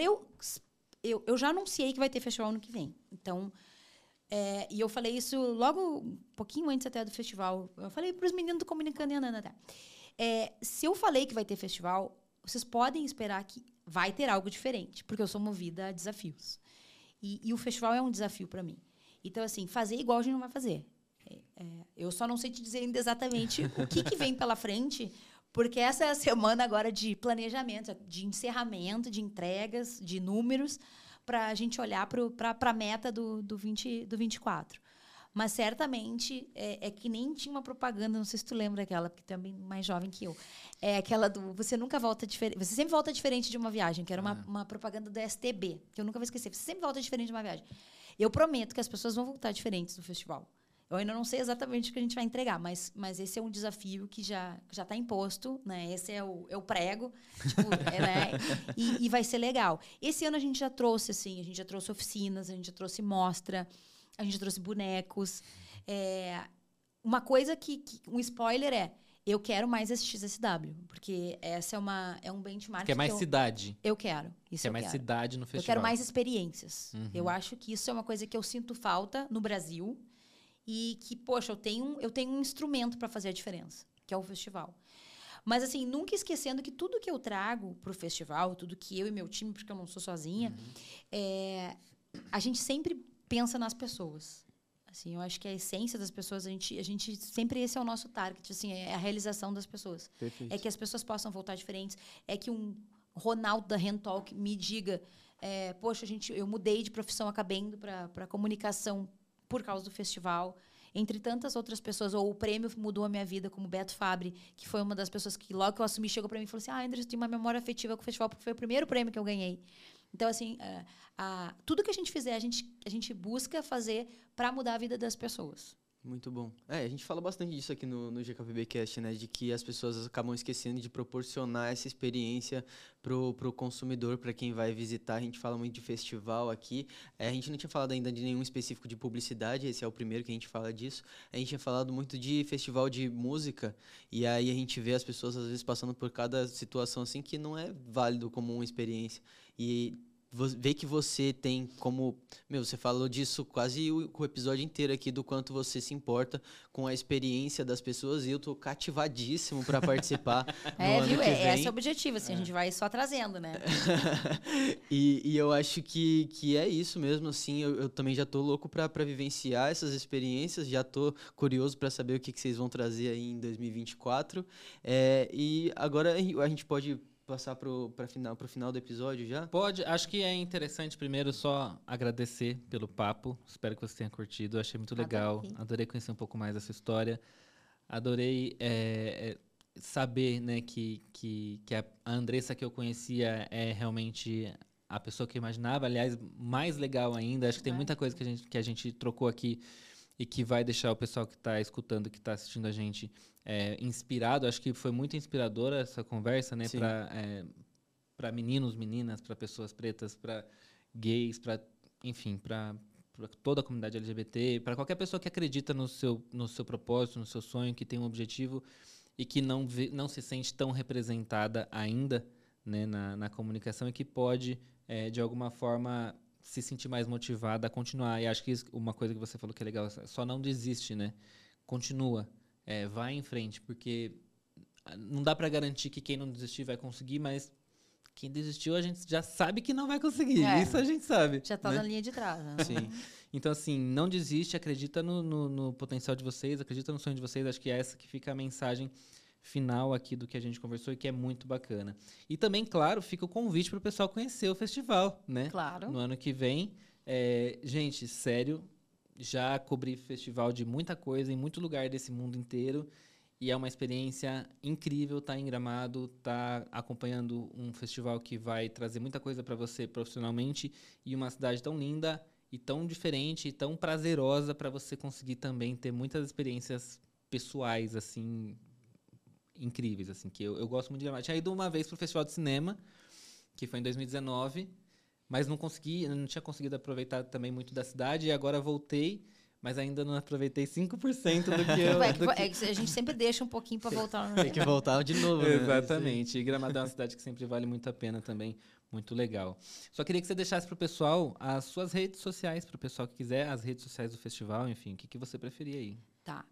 eu já anunciei que vai ter festival ano que vem. Então, e eu falei isso logo um pouquinho antes até do festival. Eu falei pros meninos do Comunicando e Andando até. Se eu falei que vai ter festival, vocês podem esperar que vai ter algo diferente, porque eu sou movida a desafios. E o festival é um desafio para mim. Então, assim, fazer igual a gente não vai fazer. Eu só não sei te dizer ainda exatamente o que vem pela frente, porque essa é a semana agora de planejamento, de encerramento, de entregas, de números, para a gente olhar para a meta do 24. Mas certamente é que nem tinha uma propaganda, não sei se tu lembra aquela, porque tu é bem mais jovem que eu. É aquela do você nunca volta diferente. Você sempre volta diferente de uma viagem, que era uma propaganda do STB, que eu nunca vou esquecer. Você sempre volta diferente de uma viagem. Eu prometo que as pessoas vão voltar diferentes do festival. Eu ainda não sei exatamente o que a gente vai entregar, mas esse é um desafio que já está imposto, né? Esse é o prego, tipo, né? E vai ser legal. Esse ano a gente já trouxe, assim, a gente já trouxe oficinas, a gente já trouxe mostra, a gente trouxe bonecos. Uma coisa um spoiler eu quero mais esse XSW, porque essa é um benchmark. Quer mais cidade. Eu quero. Isso Quer mais cidade no festival. Eu quero mais experiências. Uhum. Eu acho que isso é uma coisa que eu sinto falta no Brasil e que, poxa, eu tenho um instrumento para fazer a diferença, que é o festival. Mas, assim, nunca esquecendo que tudo que eu trago pro festival, tudo que eu e meu time, porque eu não sou sozinha, a gente sempre pensa nas pessoas. Assim, eu acho que a essência das pessoas, a gente sempre esse é o nosso target, assim, é a realização das pessoas. Perfeito. É que as pessoas possam voltar diferentes, é que um Ronaldo da Rentalk me diga, poxa, eu mudei de profissão, acabei indo para comunicação por causa do festival, entre tantas outras pessoas, ou o prêmio mudou a minha vida, como o Beto Fabre, que foi uma das pessoas que logo que eu assumi, chegou para mim e falou assim, André, eu tenho uma memória afetiva com o festival, porque foi o primeiro prêmio que eu ganhei. Então, assim, tudo que a gente fizer, a gente busca fazer para mudar a vida das pessoas. Muito bom. A gente fala bastante disso aqui no GKPBcast, né? De que as pessoas acabam esquecendo de proporcionar essa experiência pro consumidor, para quem vai visitar. A gente fala muito de festival aqui. A gente não tinha falado ainda de nenhum específico de publicidade, esse é o primeiro que a gente fala disso. A gente tinha falado muito de festival de música, e aí a gente vê as pessoas, às vezes, passando por cada situação assim que não é válido como uma experiência. E ver que você tem como... você falou disso quase o episódio inteiro aqui, do quanto você se importa com a experiência das pessoas, e eu tô cativadíssimo para participar no ano viu? que vem. Esse é o objetivo, assim, a gente vai só trazendo, né? E eu acho que é isso mesmo, assim, eu também já tô louco para vivenciar essas experiências, já tô curioso para saber o que vocês vão trazer aí em 2024, e agora a gente pode passar pro final do episódio já? Pode. Acho que é interessante primeiro só agradecer pelo papo. Espero que você tenha curtido. Achei muito legal. Adorei conhecer um pouco mais dessa história. Adorei saber, né, que a Andressa que eu conhecia é realmente a pessoa que eu imaginava. Aliás, mais legal ainda. Acho que tem muita coisa que a gente trocou aqui e que vai deixar o pessoal que está escutando, que está assistindo a gente inspirado. Acho que foi muito inspiradora essa conversa, né? Para meninos, meninas, para pessoas pretas, para gays, enfim, para toda a comunidade LGBT, para qualquer pessoa que acredita no seu propósito, no seu sonho, que tem um objetivo e que não se sente tão representada ainda, né, na comunicação, e que pode, de alguma forma, se sentir mais motivada a continuar. E acho que uma coisa que você falou que é legal, só não desiste, né? Continua, vai em frente, porque não dá para garantir que quem não desistir vai conseguir, mas quem desistiu a gente já sabe que não vai conseguir. Isso a gente sabe. Já tá, né, na linha de trás. Né? Sim. Então, assim, não desiste, acredita no potencial de vocês, acredita no sonho de vocês. Acho que é essa que fica a mensagem final aqui do que a gente conversou e que é muito bacana. E também, claro, fica o convite para o pessoal conhecer o festival, né? Claro. No ano que vem. Gente, sério, já cobri festival de muita coisa em muito lugar desse mundo inteiro E é uma experiência incrível estar em Gramado, estar acompanhando um festival que vai trazer muita coisa para você profissionalmente e uma cidade tão linda e tão diferente e tão prazerosa para você conseguir também ter muitas experiências pessoais, assim, incríveis, assim, que eu gosto muito de Gramado. Tinha ido uma vez pro Festival de Cinema, que foi em 2019, mas não tinha conseguido aproveitar também muito da cidade e agora voltei. Mas ainda não aproveitei 5% do que eu... A gente sempre deixa um pouquinho para voltar. Tem que voltar de novo, né? Exatamente. E Gramado é uma cidade que sempre vale muito a pena também. Muito legal. Só queria que você deixasse pro pessoal as suas redes sociais, pro pessoal que quiser, as redes sociais do festival, enfim, o que você preferia aí? Tá.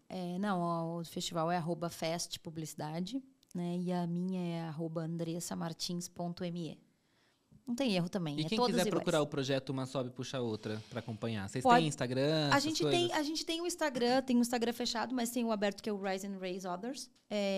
O festival é @festpublicidade, né? E a minha é @andressamartins.me. Não tem erro também. E quem todas quiser iguais. procurar o projeto Uma Sobe Puxa Outra para acompanhar? Vocês Pode. têm Instagram? A gente tem o Instagram, fechado, mas tem o aberto que é o Rise and Raise Others.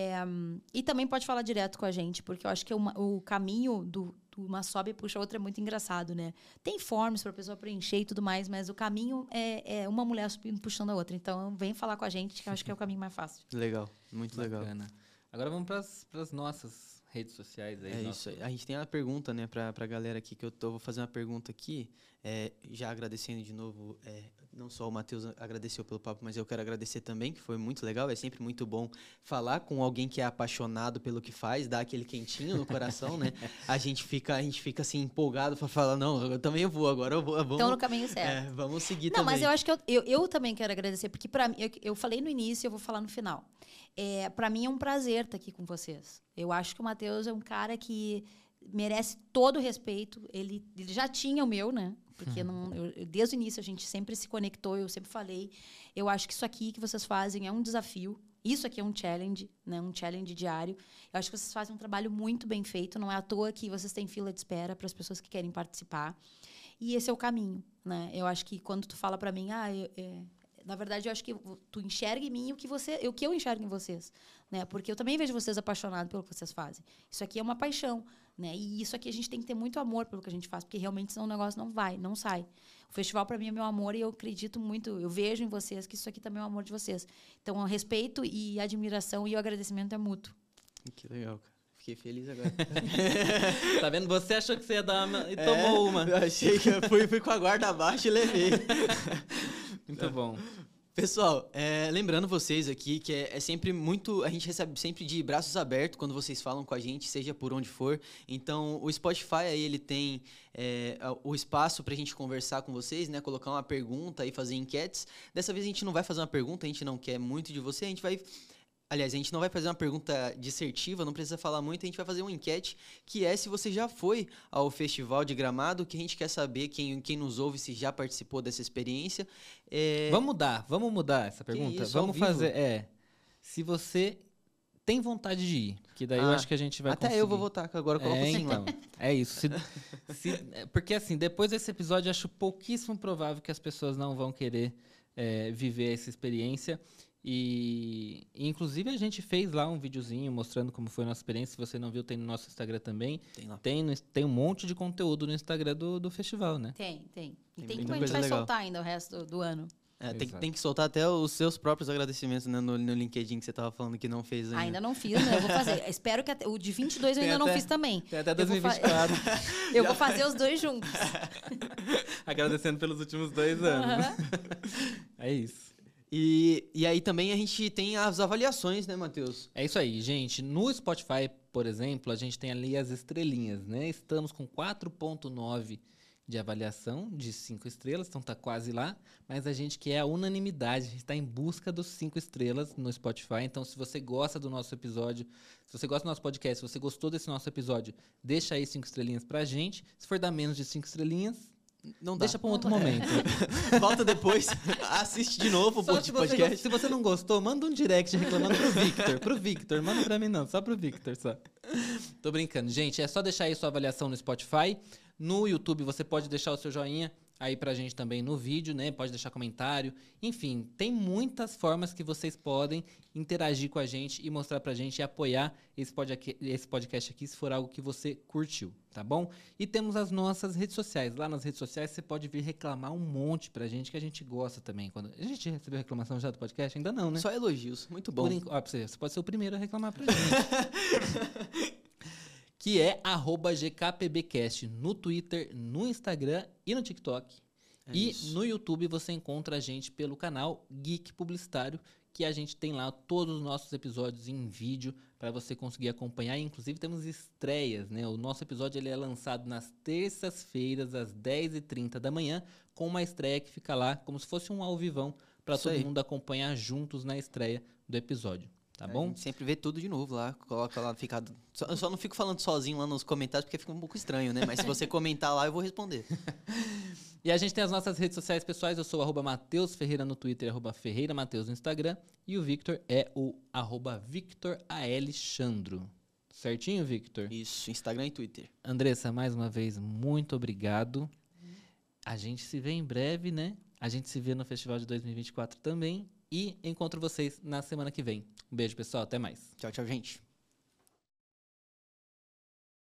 E também pode falar direto com a gente, porque eu acho que o caminho do Uma Sobe Puxa Outra é muito engraçado, né? Tem forms para a pessoa preencher e tudo mais, mas o caminho é uma mulher subindo, puxando a outra. Então, vem falar com a gente, que eu acho que é o caminho mais fácil. Legal, muito legal. Agora vamos para as nossas redes sociais aí. Isso aí. A gente tem uma pergunta, né, pra galera aqui, que eu vou fazer uma pergunta aqui, já agradecendo de novo, não só o Matheus agradeceu pelo papo, mas eu quero agradecer também, que foi muito legal, é sempre muito bom falar com alguém que é apaixonado pelo que faz, dar aquele quentinho no coração, né? A gente fica assim empolgado pra falar, não, eu também vou, agora eu vou. Vamos, então no caminho certo. Vamos seguir também. Não, mas eu acho que eu também quero agradecer, porque pra mim, eu falei no início, eu vou falar no final. Para mim é um prazer estar aqui com vocês. Eu acho que o Matheus é um cara que merece todo o respeito. Ele já tinha o meu, né? Porque desde o início a gente sempre se conectou, eu sempre falei. Eu acho que isso aqui que vocês fazem é um desafio. Isso aqui é um challenge, né? Um challenge diário. Eu acho que vocês fazem um trabalho muito bem feito. Não é à toa que vocês têm fila de espera para as pessoas que querem participar. E esse é o caminho, né? Eu acho que quando tu fala para mim, na verdade, eu acho que tu enxerga em mim o que eu enxergo em vocês, né? Porque eu também vejo vocês apaixonados pelo que vocês fazem. Isso aqui é uma paixão, né? E isso aqui a gente tem que ter muito amor pelo que a gente faz, porque realmente senão o negócio não sai. O festival, para mim, é meu amor e eu acredito muito, eu vejo em vocês que isso aqui também é o amor de vocês. Então, o respeito e a admiração e o agradecimento é mútuo. Que legal, cara. Fiquei feliz agora. Tá vendo? Você achou que você ia dar uma e tomou uma. Eu achei que eu fui com a guarda abaixo e levei. Muito bom. Pessoal, lembrando vocês aqui que é sempre muito... A gente recebe sempre de braços abertos quando vocês falam com a gente, seja por onde for. Então, o Spotify aí, ele tem o espaço pra gente conversar com vocês, né? Colocar uma pergunta e fazer enquetes. Dessa vez a gente não vai fazer uma pergunta, a gente não quer muito de você, a gente vai... Aliás, a gente não vai fazer uma pergunta dissertiva, não precisa falar muito, a gente vai fazer uma enquete, que é se você já foi ao Festival de Gramado, que a gente quer saber, quem nos ouve, se já participou dessa experiência. Vamos mudar essa pergunta? Isso, vamos fazer, se você tem vontade de ir, que daí eu acho que a gente vai conseguir. Até eu vou votar, que agora eu coloco assim lá. É isso. Porque assim, depois desse episódio, acho pouquíssimo provável que as pessoas não vão querer viver essa experiência. E inclusive a gente fez lá um videozinho mostrando como foi a nossa experiência. Se você não viu, tem no nosso Instagram também. Tem lá. Tem um monte de conteúdo no Instagram do festival, né? Tem. E tem muita como a gente coisa vai legal. soltar ainda o resto do ano. Tem que soltar até os seus próprios agradecimentos, né, no LinkedIn que você estava falando que não fez ainda. Ainda não fiz, né? Eu vou fazer. Espero que o de 22 eu ainda não fiz também. Tem até 2024. Eu vou fazer os dois juntos. Agradecendo pelos últimos 2 anos. É isso. E aí também a gente tem as avaliações, né, Matheus? É isso aí, gente. No Spotify, por exemplo, a gente tem ali as estrelinhas, né? Estamos com 4.9 de avaliação de 5 estrelas, então tá quase lá. Mas a gente quer a unanimidade, a gente tá em busca dos 5 estrelas no Spotify. Então, se você gosta do nosso episódio, se você gosta do nosso podcast, se você gostou desse nosso episódio, deixa aí 5 estrelinhas pra gente. Se for dar menos de 5 estrelinhas... Não dá. Deixa pra um outro momento. Volta depois, assiste de novo o podcast. Se você não gostou, manda um direct reclamando pro Victor. Manda pra mim não, só pro Victor, só. Tô brincando. Gente, é só deixar aí sua avaliação no Spotify. No YouTube você pode deixar o seu joinha aí pra gente também no vídeo, né? Pode deixar comentário. Enfim, tem muitas formas que vocês podem interagir com a gente e mostrar pra gente e apoiar esse podcast aqui, se for algo que você curtiu, tá bom? E temos as nossas redes sociais. Lá nas redes sociais você pode vir reclamar um monte pra gente, que a gente gosta também. Quando a gente recebeu reclamação já do podcast? Ainda não, né? Só elogios, muito bom. Ó, pra você pode ser o primeiro a reclamar pra gente. Que é @GKPBcast no Twitter, no Instagram e no TikTok. Isso. No YouTube você encontra a gente pelo canal Geek Publicitário, que a gente tem lá todos os nossos episódios em vídeo para você conseguir acompanhar. Inclusive temos estreias, né? O nosso episódio ele é lançado nas terças-feiras, às 10h30 da manhã, com uma estreia que fica lá como se fosse um ao vivão para todo mundo acompanhar juntos na estreia do episódio. Tá bom? A gente sempre vê tudo de novo lá, coloca lá, fica... Eu só não fico falando sozinho lá nos comentários, porque fica um pouco estranho, né? Mas se você comentar lá, eu vou responder. E a gente tem as nossas redes sociais pessoais, eu sou o @Mateus Ferreira no Twitter, @Ferreira Mateus no Instagram, e o Victor é o @VictorALexandro. Certinho, Victor? Isso, Instagram e Twitter. Andressa, mais uma vez, muito obrigado. A gente se vê em breve, né? A gente se vê no Festival de 2024 também. E encontro vocês na semana que vem. Um beijo, pessoal. Até mais. Tchau, tchau, gente.